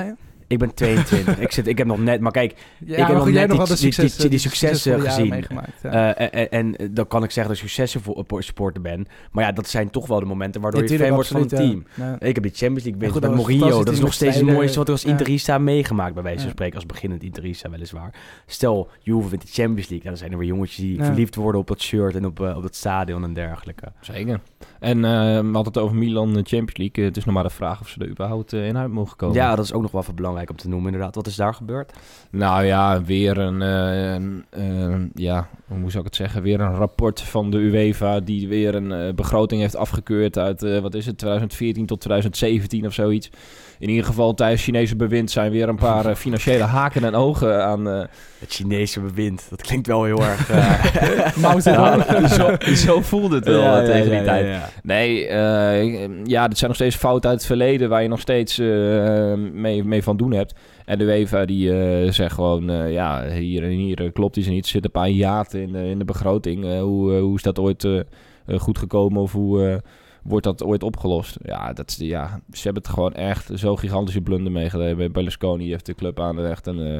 Ik ben tweeëntwintig. ik, zit, ik heb nog net... Maar kijk, Ja, ik heb nog jij net nog die, wel de die, succes, die, die successen gezien. meegemaakt. Ja. Uh, en, en, en dan kan ik zeggen dat ik succesvol supporter ben. Maar ja, dat zijn toch wel de momenten waardoor Ja, je fan wordt van het absoluut, team. ja. Ja. Ik heb die Champions League Ja, winst goed, met dat was Mourinho. fantastisch Dat is nog steeds het wedstrijden. mooiste wat er als Ja. Interista meegemaakt, bij wijze van Ja. spreken. Als beginnend Interista weliswaar. Stel, Juve wint de Champions League. Dan zijn er weer jongetjes die Ja. verliefd worden op dat shirt en op, uh, op dat stadion en dergelijke. Zeker. En uh, we hadden het over Milan de Champions League. Het is nog maar de vraag of ze er überhaupt uh, in uit mogen komen. Ja, dat is ook nog wel even belangrijk om te noemen inderdaad. Wat is daar gebeurd? Nou ja, weer een, uh, een uh, ja, hoe zou ik het zeggen? Weer een rapport van de UEFA die weer een uh, begroting heeft afgekeurd uit, uh, wat is het, twintig veertien tot twintig zeventien of zoiets. In ieder geval tijdens Chinese bewind zijn weer een paar uh, financiële haken en ogen aan... Uh... Het Chinese bewind, dat klinkt wel heel erg... Uh... nou, zo, zo voelde het wel ja, tegen ja, die ja, tijd. Ja, ja. Nee, uh, ja, dit zijn nog steeds fouten uit het verleden waar je nog steeds uh, mee, mee van doen hebt. En de UEFA die uh, zegt gewoon, uh, ja, hier en hier uh, klopt iets niet. Er zitten een paar hiaten in de, in de begroting. Uh, hoe, uh, hoe is dat ooit uh, uh, goed gekomen of hoe... Uh, wordt dat ooit opgelost? Ja, dat is, ja, ze hebben het gewoon echt zo gigantische blunder meegedaan. Bij Berlusconi heeft de club aan de echt een... Uh,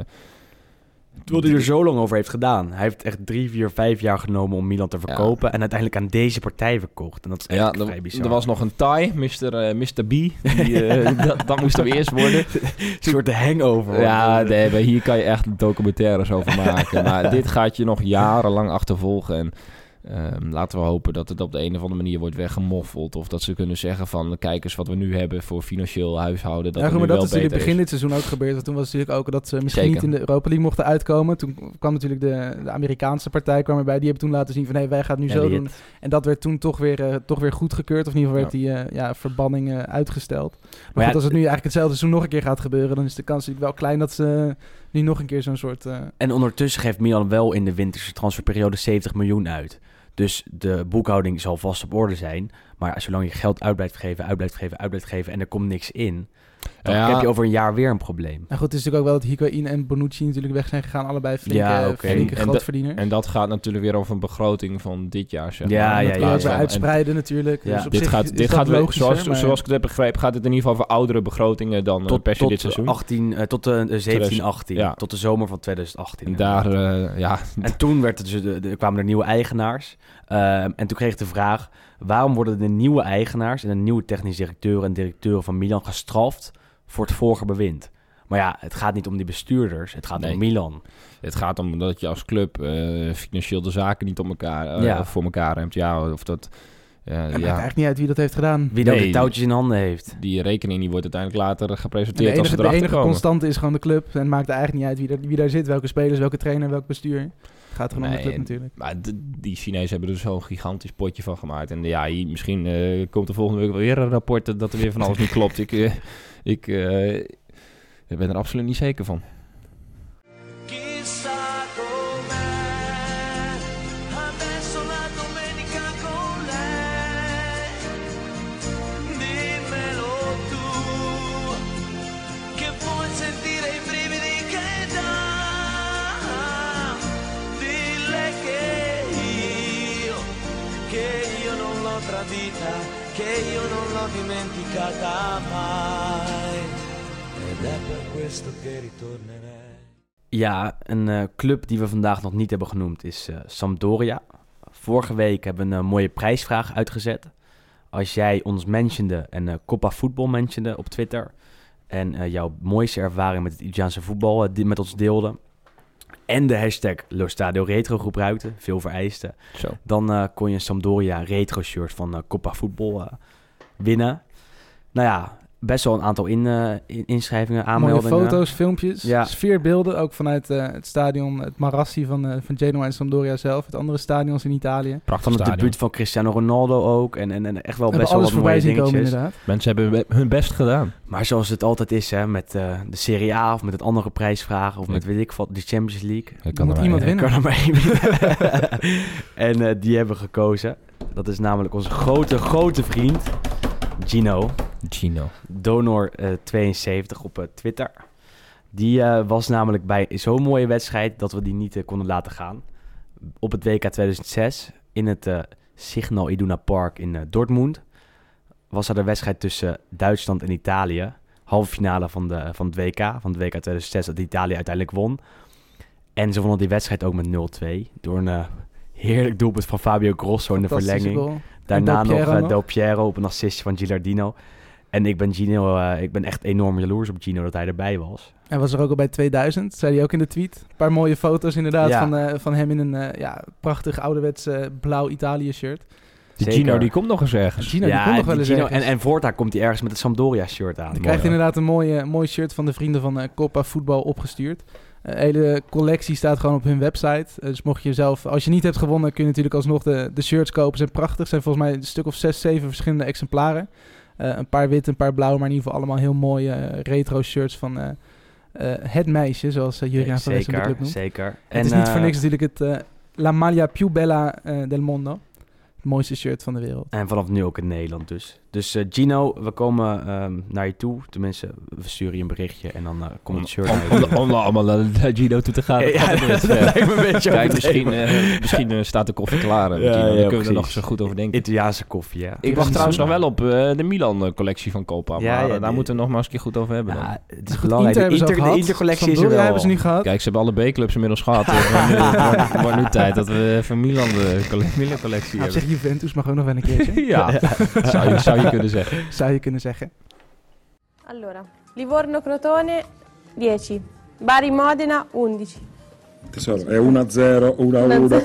Terwijl hij er zo lang over heeft gedaan. Hij heeft echt drie, vier, vijf jaar genomen om Milan te verkopen. Ja. En uiteindelijk aan deze partij verkocht. En dat is echt ja, vrij bizar. Er was nog een Thai, mister Uh, mister B. Die, uh, dat, dat moest hem eerst worden. Een soort de hangover. Ja, nee, hier kan je echt documentaires over maken. Maar dit gaat je nog jarenlang achtervolgen. En Um, laten we hopen dat het op de een of andere manier wordt weggemoffeld. Of dat ze kunnen zeggen van, kijk eens wat we nu hebben voor financieel huishouden. Dat ja, goed, maar dat is natuurlijk begin is. dit seizoen ook gebeurd. Want toen was het natuurlijk ook dat ze misschien Zeker. niet in de Europa League mochten uitkomen. Toen kwam natuurlijk de, de Amerikaanse partij kwam erbij. Die hebben toen laten zien van, hé, hey, wij gaan het nu Elliot. zo doen. En dat werd toen toch weer, uh, toch weer goedgekeurd. Of in ieder geval werd Ja. die uh, ja, verbanning uh, uitgesteld. Maar, Maar goed, ja, als het nu eigenlijk hetzelfde seizoen nog een keer gaat gebeuren, dan is de kans natuurlijk wel klein dat ze uh, nu nog een keer zo'n soort... Uh... En ondertussen geeft Milan wel in de winterse transferperiode zeventig miljoen uit. Dus de boekhouding zal vast op orde zijn. Maar als zolang je geld uit blijft geven, uit blijft geven, uit blijft geven en er komt niks in, dan Ja. heb je over een jaar weer een probleem. Nou goed, het is natuurlijk ook wel dat Higuain en Bonucci natuurlijk weg zijn gegaan. Allebei flinke, Ja, oké. flinke En- en grootverdieners. En dat gaat natuurlijk weer over een begroting van dit jaar, zeg Ja, maar. ja, dat ja, kun je ook ja. weer En uitspreiden natuurlijk. Ja. Dus op dit zich gaat, is dit dat gaat weer, logischer, zoals, maar- zoals ik het heb begrepen, gaat het in ieder geval over oudere begrotingen dan uh, Tot, per se tot dit seizoen. achttien, uh, tot de uh, zeventien, achttien. Ja. Tot de zomer van twintig achttien. En daar, uh, ja, En toen werd het dus, de, de, kwamen er nieuwe eigenaars. Uh, en toen kreeg ik de vraag, waarom worden de nieuwe eigenaars en de nieuwe technisch directeuren en directeuren van Milan gestraft voor het vorige bewind? Maar ja, het gaat niet om die bestuurders, het gaat Nee. om Milan. het gaat om dat je als club uh, financieel de zaken niet op elkaar, uh, Ja. voor elkaar hebt. Ja, of dat... Uh, Het maakt ja, eigenlijk niet uit wie dat heeft gedaan. Wie dan Nee. de touwtjes in handen heeft. die rekening die wordt uiteindelijk later De gepresenteerd als enige, ze de erachter enige komen. constante is gewoon de club. En het maakt eigenlijk niet uit wie, er, wie daar zit. Welke spelers, welke trainer, welk bestuur. Het gaat gewoon om Nee, de club en- natuurlijk. Maar d- die Chinezen hebben er zo'n gigantisch potje van gemaakt. En ja, hier, misschien uh, komt er volgende week wel weer een rapport dat er weer van alles niet klopt. Ik, uh, ik, uh, ik ben er absoluut niet zeker van. Chissà com'è adesso la domenica con lei. Dimmelo tu, che vuoi sentire i brividi che dà. Dille che io, che io non l'ho tradita, che io non l'ho dimenticata mai. Ed è per questo che ritornerei. Ja, een uh, club die we vandaag nog niet hebben genoemd is uh, Sampdoria. Vorige week hebben we een uh, mooie prijsvraag uitgezet. Als jij ons mentionde en uh, Coppa Voetbal mentionde op Twitter en uh, jouw mooiste ervaring met het Italiaanse voetbal uh, die met ons deelde en de hashtag Lo Stadio Retro gebruikte, veel vereisten, Zo. dan uh, kon je een Sampdoria retro shirt van uh, Coppa Voetbal uh, winnen. Nou ja, best wel een aantal in, uh, in, inschrijvingen, Mooie aanmeldingen. foto's, filmpjes, Ja. sfeerbeelden. Ook vanuit uh, het stadion, het Marassi van, uh, van Genoa en Sampdoria zelf. Het andere stadions in Italië. Prachtig Van het stadion. debuut van Cristiano Ronaldo ook. En, en, en echt wel We best hebben wel alles wat mooie voorbij zien komen dingetjes. inderdaad. Mensen hebben hun- hun best gedaan. Maar zoals het altijd is, hè, met uh, de Serie A of met het andere prijsvragen of Ja. met weet ik wat, de Champions League. Ik Dan moet iemand Er winnen. kan er maar één winnen. En uh, die hebben we gekozen. Dat is namelijk onze grote, grote vriend Gino. Gino. Donor uh, tweeënzeventig op uh, Twitter. Die uh, was namelijk bij zo'n mooie wedstrijd dat we die niet uh, konden laten gaan. Op het W K tweeduizend zes in het uh, Signal Iduna Park in uh, Dortmund was er de wedstrijd tussen Duitsland en Italië. halve finale van, de, van het W K. Van het W K tweeduizend zes dat Italië uiteindelijk won. En ze wonnen die wedstrijd ook met nul twee. Door een uh, heerlijk doelpunt van Fabio Grosso in de verlenging. Goal. Daarna nog uh, Del Piero op een assist van Gilardino. En ik ben, Gino, uh, ik ben echt enorm jaloers op Gino dat hij erbij was. Hij was er ook al bij tweeduizend, zei hij ook in de tweet. Een paar mooie foto's inderdaad ja. van, uh, van hem in een uh, ja, prachtig ouderwets uh, blauw Italië shirt. Die Gino die komt nog eens ergens. Gino, ja, die komt nog wel eens Gino, ergens. En, en voortaan komt hij ergens met het Sampdoria shirt aan. Hij krijgt inderdaad een mooie, mooi shirt van de vrienden van uh, Coppa Voetbal opgestuurd. De uh, hele collectie staat gewoon op hun website. Uh, dus mocht je zelf, als je niet hebt gewonnen, kun je natuurlijk alsnog de, de shirts kopen. Ze zijn prachtig. Het zijn volgens mij een stuk of zes, zeven verschillende exemplaren. Uh, een paar wit, een paar blauw, maar in ieder geval allemaal heel mooie uh, retro shirts van uh, uh, het meisje, zoals uh, Juriaan van Wessen de club noemt. Zeker. Het en, is niet uh, voor niks natuurlijk het uh, La Maglia più bella uh, del mondo. Het mooiste shirt van de wereld. En vanaf nu ook in Nederland dus. Dus uh, Gino, we komen um, naar je toe. Tenminste, we sturen je een berichtje en dan uh, komt het shirt om, om, om allemaal naar Gino toe te gaan. Ja, ja, dat lijkt me een beetje Kijk, misschien, uh, misschien uh, staat de koffie klaar. Uh, ja, Gino, ja, dan kunnen we er nog zo goed over denken. Italiaanse koffie, ja. Ik wacht trouwens nog wel op uh, de Milan-collectie van Coppa. Ja, maar ja, daar die... moeten we nog maar eens een keer goed over hebben. Ja, het is belangrijk. Inter, de, Inter, de Intercollectie is er wel. Hebben ze nu gehad. Kijk, ze hebben alle B-clubs inmiddels gehad. Het wordt nu tijd dat we van Milan de Milan-collectie hebben. Zeg Juventus mag ook nog wel een keertje. Ja, zou je, zou je kunnen zeggen. Zou je kunnen zeggen. Allora, Livorno-Crotone dieci, Bari-Modena undici. Tesoro, è uno a zero, uno a uno.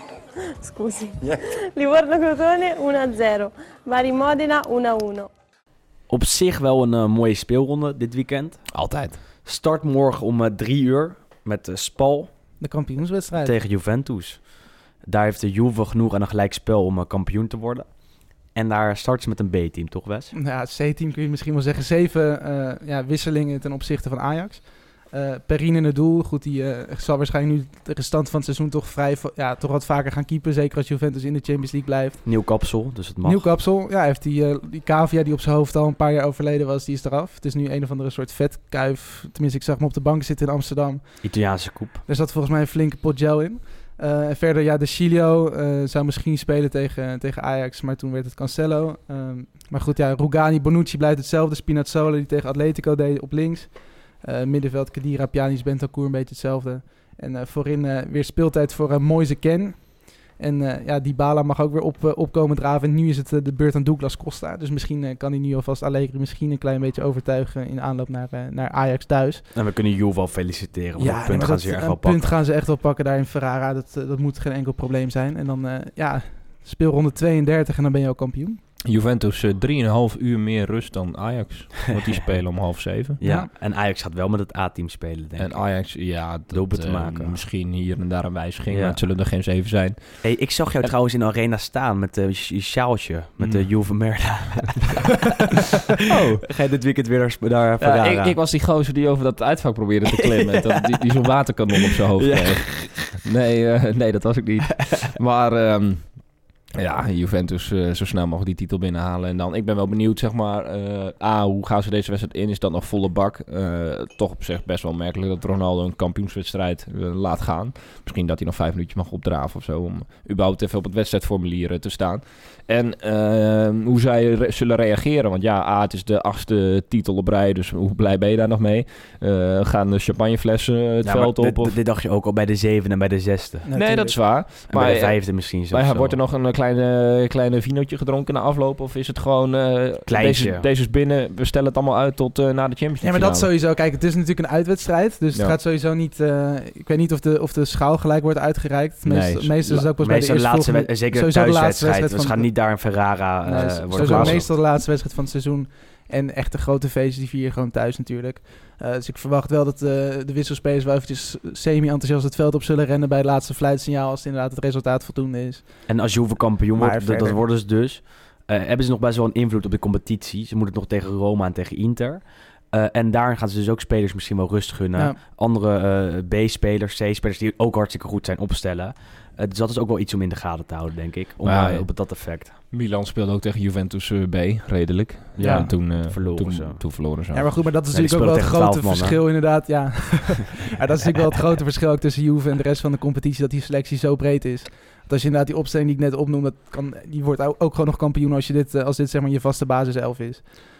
Scusi. Livorno-Crotone uno a zero, Bari-Modena uno a uno. Op zich wel een uh, mooie speelronde dit weekend. Altijd. Start morgen om uh, drie uur met uh, Spal. De kampioenswedstrijd. Tegen Juventus. Daar heeft de Juve genoeg aan een gelijkspel om uh, kampioen te worden. En daar starten ze met een B-team, toch Wes? Ja, het C-team kun je misschien wel zeggen. Zeven uh, ja, wisselingen ten opzichte van Ajax. Uh, Perin in het doel. Goed, die uh, zal waarschijnlijk nu de restant van het seizoen toch vrij, ja, toch wat vaker gaan keepen. Zeker als Juventus in de Champions League blijft. Nieuw kapsel, dus het mag. Nieuw kapsel. Ja, hij heeft die, uh, die cavia die op zijn hoofd al een paar jaar overleden was, die is eraf. Het is nu een of andere soort vetkuif. Tenminste, ik zag hem op de bank zitten in Amsterdam. Italiaanse koep. Daar zat volgens mij een flinke pot gel in. Uh, en verder, ja, de Chilio uh, zou misschien spelen tegen, tegen Ajax, maar toen werd het Cancelo. Um, maar goed, ja, Rugani, Bonucci blijft hetzelfde. Spinazzola die tegen Atletico deed op links. Uh, middenveld, Khedira, Pjanic, Bentancur een beetje hetzelfde. En uh, voorin uh, weer speeltijd voor uh, Moise Kean. En uh, ja, Dybala mag ook weer op, uh, opkomen draven. En nu is het uh, de beurt aan Douglas Costa. Dus misschien uh, kan hij nu alvast Allegri misschien een klein beetje overtuigen in aanloop naar, uh, naar Ajax thuis. En we kunnen Juve wel feliciteren. Want ja, dat punt gaan dat, ze echt een wel pakken. punt gaan ze echt wel pakken daar in Ferrara. Dat, uh, dat moet geen enkel probleem zijn. En dan, uh, ja, speelronde tweeëndertig en dan ben je al kampioen. Juventus uh, drieënhalf uur meer rust dan Ajax. Want die spelen om half zeven. Ja, ja, en Ajax gaat wel met het A-team spelen, denk en ik. En Ajax, ja, dat, te uh, maken. Misschien hier en daar een wijziging, ja. maar het zullen er geen zeven zijn. Hey, ik zag jou en... trouwens in de arena staan met uh, je sjaaltje, met mm. de Juve Merda. Oh. Ga je dit weekend weer naar Ferrara? Ja, ik, ik was die gozer die over dat uitvak probeerde te klimmen. dat, die die zo'n waterkanon op zijn hoofd ja. kreeg. Nee, uh, nee, dat was ik niet. Maar... Um, ja, Juventus uh, zo snel mogelijk die titel binnenhalen. En dan, ik ben wel benieuwd, zeg maar, uh, A, hoe gaan ze deze wedstrijd in? Is dat nog volle bak? Uh, toch op zich best wel merkelijk dat Ronaldo een kampioenswedstrijd uh, laat gaan. Misschien dat hij nog vijf minuutjes mag opdraven of zo, om überhaupt even op het wedstrijdformulier uh, te staan. En uh, hoe zij re- zullen reageren. Want ja, A, het is de achtste titel op rij, dus hoe blij ben je daar nog mee? Uh, gaan de champagneflessen het ja, veld op? Dit, of? dit dacht je ook al bij de zevende en bij de zesde. Nee, nee dat is waar. En maar bij de vijfde misschien zo. Maar wordt er nog een kleine, kleine vinootje gedronken na afloop? Of is het gewoon... Uh, deze, deze is binnen, we stellen het allemaal uit tot uh, na de Champions League. Ja, maar dat sowieso. Kijk, het is natuurlijk een uitwedstrijd. Dus ja. het gaat sowieso niet... Uh, ik weet niet of de, of de schaal gelijk wordt uitgereikt. Meestal, nee, meestal is het ook pas bij de eerste laatste volgende, zeker de thuiswedstrijd. We gaan niet daar in Ferrara uh, nee, worden sowieso meestal de laatste wedstrijd van het seizoen. En echt de grote feestjes, die vier je gewoon thuis natuurlijk. Uh, dus ik verwacht wel dat uh, de wisselspelers wel eventjes semi-enthousiast het veld op zullen rennen bij het laatste fluitsignaal, als het inderdaad het resultaat voldoende is. En als Juve kampioen wordt, dat, dat worden ze dus, uh, hebben ze nog best wel een invloed op de competitie. Ze moeten het nog tegen Roma en tegen Inter. Uh, en daar gaan ze dus ook spelers misschien wel rust gunnen. Ja. Andere uh, B-spelers, C-spelers die ook hartstikke goed zijn opstellen. Uh, dus dat is ook wel iets om in de gaten te houden, denk ik. Om, ja, uh, op dat effect. Milan speelde ook tegen Juventus uh, B, redelijk. Ja, ja en toen, uh, verloren toen, toen verloren ze. Ja, maar goed, maar dat is ja, natuurlijk ook wel het grote man, verschil, hè? Inderdaad. Ja. ja, dat is natuurlijk wel het grote verschil ook tussen Juve en de rest van de competitie, dat die selectie zo breed is. Want als je inderdaad die opstelling die ik net opnoem, dat kan, die wordt ook gewoon nog kampioen als, je dit, als dit zeg maar je vaste basiself is.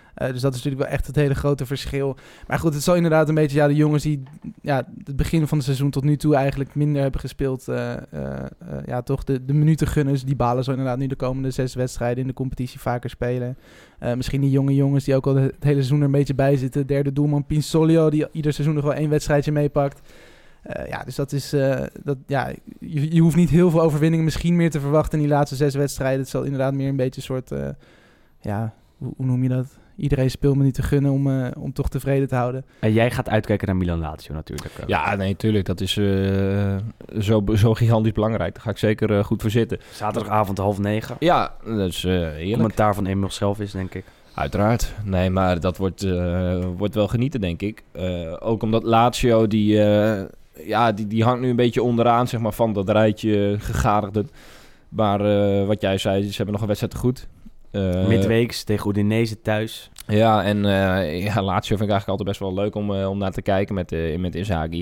Uh, dus dat is natuurlijk wel echt het hele grote verschil. Maar goed, het zal inderdaad een beetje... Ja, de jongens die ja, het begin van het seizoen tot nu toe eigenlijk minder hebben gespeeld... Uh, uh, uh, ja, toch de, de minuten gunners, die balen zo inderdaad nu de komende zes wedstrijden in de competitie vaker spelen. Uh, misschien die jonge jongens die ook al het hele seizoen er een beetje bij zitten. Derde doelman Pinsolio, die ieder seizoen nog wel één wedstrijdje meepakt. Uh, ja, dus dat is... Uh, dat, ja, je, je hoeft niet heel veel overwinningen misschien meer te verwachten in die laatste zes wedstrijden. Het zal inderdaad meer een beetje een soort... Uh, ja, hoe, hoe noem je dat? Iedereen speelminuten gunnen om, uh, om toch tevreden te houden. En jij gaat uitkijken naar Milan-Lazio natuurlijk. Ja, nee, tuurlijk. Dat is uh, zo, zo gigantisch belangrijk. Daar ga ik zeker uh, goed voor zitten. Zaterdagavond half negen. Ja, dat is uh, heerlijk. Commentaar van Emil zelf is, denk ik. Uiteraard. Nee, maar dat wordt, uh, wordt wel genieten, denk ik. Uh, ook omdat Lazio, die, uh, ja, die, die hangt nu een beetje onderaan, zeg maar, van dat rijtje gegadigden. Maar uh, wat jij zei, ze hebben nog een wedstrijd te goed. Uh, Midweeks tegen Udinese thuis. Ja, en uh, ja, Lazio vind ik eigenlijk altijd best wel leuk om, uh, om naar te kijken met, uh, met Inzaghi.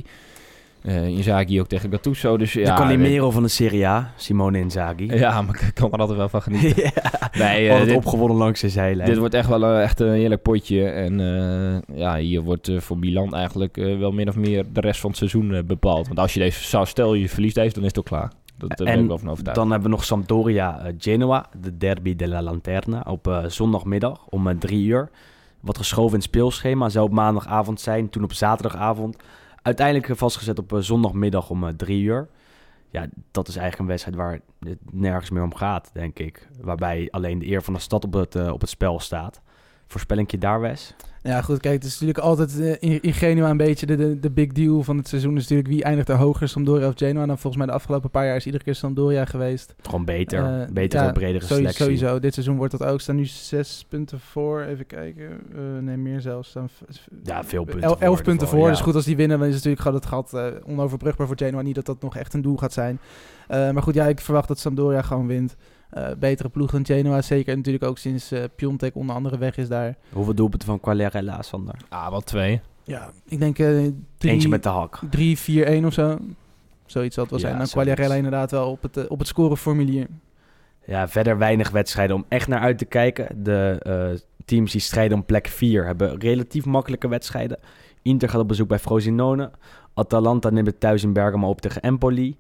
Uh, Inzaghi ook tegen Gattuso. Dus, de ja, Calimero van de Serie A, Simone Inzaghi. Ja, maar ik kan er altijd wel van genieten. ja, nee, uh, altijd dit, opgewonnen langs de zijlijn. Dit wordt echt wel uh, echt een heerlijk potje. En uh, ja, hier wordt uh, voor Milan eigenlijk uh, wel min of meer de rest van het seizoen uh, bepaald. Want als je deze zou stel je verliest deze, dan is het ook klaar. Dat, daar ben ik wel van overtuigd. Dan hebben we nog Sampdoria uh, Genoa, de derby della Lanterna, op uh, zondagmiddag om uh, drie uur. Wat geschoven in het speelschema, zou op maandagavond zijn, toen op zaterdagavond. Uiteindelijk vastgezet op uh, zondagmiddag om uh, drie uur. Ja, dat is eigenlijk een wedstrijd waar het nergens meer om gaat, denk ik. Waarbij alleen de eer van de stad op het, uh, op het spel staat. Voorspellingje daar, Wes? Ja, goed, kijk, het is natuurlijk altijd uh, in, in Genua een beetje de, de, de big deal van het seizoen. Is natuurlijk wie eindigt er hoger, Sampdoria of Genoa. En dan volgens mij de afgelopen paar jaar is iedere keer Sampdoria geweest. Gewoon beter, uh, ja, betere, bredere sowieso, selectie. Sowieso, dit seizoen wordt dat ook. Staan nu zes punten voor, even kijken. Uh, nee, meer zelfs. Staan v- ja, veel punten el, voor. Elf punten voor, ja. Dus goed, als die winnen, dan is natuurlijk gewoon het gat uh, onoverbrugbaar voor Genoa. Niet dat dat nog echt een doel gaat zijn. Uh, maar goed, ja, ik verwacht dat Sampdoria gewoon wint. Uh, betere ploeg dan Genoa, zeker natuurlijk ook sinds uh, Piontek onder andere weg is daar. Hoeveel doelpunten van Quagliarella, Sander? Ah, wel twee. Ja, ik denk uh, drie, Eentje met de hak. drie vier één of zo. Zoiets zal het wel Ja, zijn. Dan zoiets. Quagliarella inderdaad wel op het, uh, op het scoreformulier. Ja, verder weinig wedstrijden om echt naar uit te kijken. De uh, teams die strijden om plek vier hebben relatief makkelijke wedstrijden. Inter gaat op bezoek bij Frosinone. Atalanta neemt het thuis in Bergamo op tegen Empoli.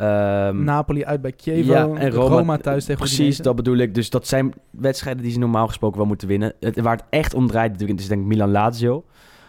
Um, Napoli uit bij Chievo. Ja, en Roma, Roma thuis tegen Precies, Udinese. dat bedoel ik. Dus dat zijn wedstrijden die ze normaal gesproken wel moeten winnen. Het, waar het echt om draait dit weekend is denk ik Milan-Lazio.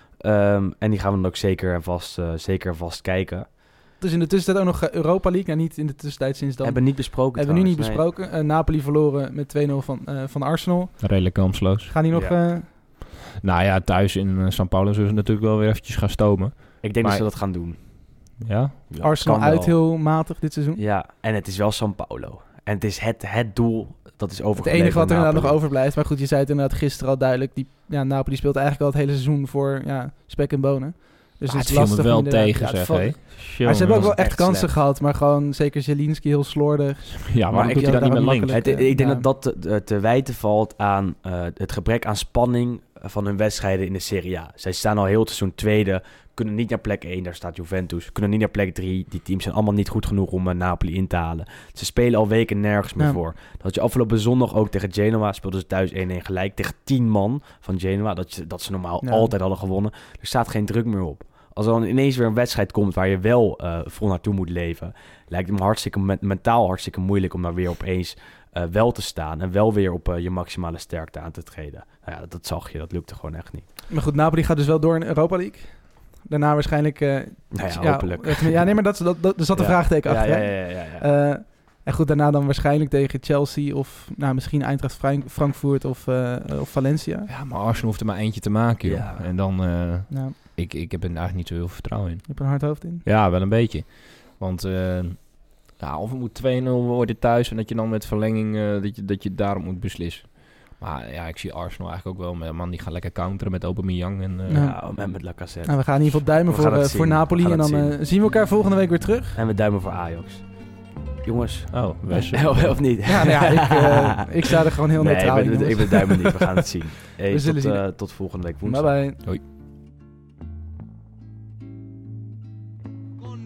Um, en die gaan we dan ook zeker en vast, uh, zeker en vast kijken. Dus in de tussentijd ook nog uh, Europa League. Nou, niet in de tussentijd sinds dan. Hebben we niet besproken Hebben we nu niet trouwens, besproken. Uh, Napoli verloren met twee nul van, uh, van Arsenal. Redelijk kansloos. Gaan die nog... Ja. Uh, Nou ja, thuis in uh, São Paulo zullen ze natuurlijk wel weer eventjes gaan stomen. Ik denk Maar- dat ze dat gaan doen. Ja? Ja, Arsenal kan uit wel. heel matig dit seizoen. Ja, en het is wel São Paulo. En het is het, het doel dat is Het overgebleven. enige wat er aan inderdaad nog Napoli. overblijft. Maar goed, je zei het inderdaad gisteren al duidelijk. Die, ja, Napoli speelt eigenlijk al het hele seizoen voor ja, spek en bonen. Dus Ah, het het is viel me lastig. wel om inderdaad- tegen, ja, het zeg. valt- hé. Maar ze hebben ook wel echt echt kansen slecht. gehad. Maar gewoon zeker Zielinski heel slordig. Ja, maar, Maar dan ik doet hij denk dat niet dat met het links. makkelijk- Het, ik denk Ja. dat dat te, te- te wijten valt aan uh, het gebrek aan spanning van hun wedstrijden in de Serie A. Zij staan al heel het seizoen tweede, kunnen niet naar plek één, daar staat Juventus. Kunnen niet naar plek drie, die teams zijn allemaal niet goed genoeg om uh, Napoli in te halen. Ze spelen al weken nergens meer Ja. voor. Dat had je afgelopen zondag ook tegen Genoa, speelden ze thuis één één gelijk tegen tien man van Genoa, dat, je, dat ze normaal Ja. altijd hadden gewonnen. Er staat geen druk meer op. Als er dan ineens weer een wedstrijd komt waar je wel uh, vol naartoe moet leven, lijkt het me hartstikke me- mentaal hartstikke moeilijk om daar weer opeens uh, wel te staan en wel weer op uh, je maximale sterkte aan te treden. Nou ja, dat, dat zag je, dat lukte gewoon echt niet. Maar goed, Napoli gaat dus wel door in de Europa League. Daarna waarschijnlijk... Uh, Nou ja, hopelijk. het- Ja, nee, maar dat, dat, dat, er zat een Ja. vraagteken Ja, achter. ja, hè? ja, ja, ja, ja. Uh, en goed, daarna dan waarschijnlijk tegen Chelsea of nou, misschien Eintracht Frank- Frankfurt of, uh, of Valencia. Ja, maar Arsenal hoeft er maar eentje te maken, joh. Ja. En dan... Uh, Nou, ik, ik heb er eigenlijk niet zo heel veel vertrouwen in. je hebt er een hard hoofd in. Ja, wel een beetje. Want uh, ja, of het moet twee nul worden thuis en dat je dan met verlenging uh, dat, je, dat je daarom moet beslissen. Maar ja, ik zie Arsenal eigenlijk ook wel. Maar man, die gaat lekker counteren met Aubameyang. En, uh, Ja. Ja, en met Lacazette. Nou, we gaan in ieder geval duimen We gaan voor, het uh, voor zien. Napoli. We En gaan dan het uh, zien. zien we elkaar volgende week weer terug. En we duimen voor Ajax. Jongens. Oh, Wes. of niet? Ja, nou ja, ik, uh, ik sta er gewoon heel nee, neutraal ik in. ben, ik jongens. ben duimen niet. We gaan het zien. Hey, We zullen tot, zien. uh, tot volgende week woensdag. Bye bye. Hoi. Con le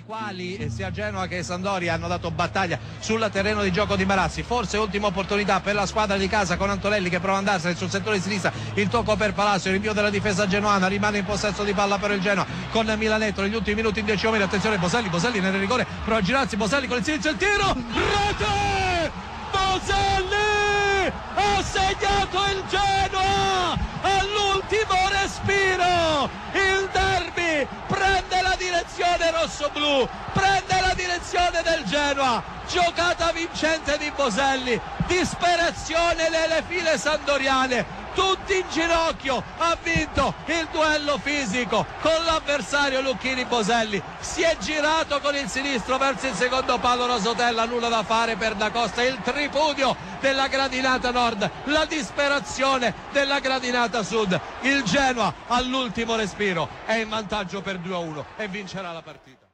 quali sia Genoa che Sampdoria hanno dato battaglia sul terreno di gioco di Marassi. Forse ultima opportunità per la squadra di casa con Antonelli che prova ad andarsene sul settore di sinistra, il tocco per Palacio, il rinvio della difesa genoana, rimane in possesso di palla per il Genoa con Milanetto negli ultimi minuti in dieci uomini. Attenzione Boselli, Boselli nel rigore, prova a girarsi, Boselli con il sinistro, il tiro, rete! Boselli ha segnato il Genoa all'ultimo respiro, il derby prende la direzione rossoblu, prende la direzione del Genoa, giocata vincente di Boselli, disperazione nelle file sandoriane, tutti in ginocchio, ha vinto il duello fisico con l'avversario Lucchini. Boselli si è girato con il sinistro verso il secondo palo, Rosotella, nulla da fare per Da Costa, il tripudio della gradinata nord, la disperazione della gradinata sud. Il Genoa all'ultimo respiro è in vantaggio per due a uno e vincerà la partita.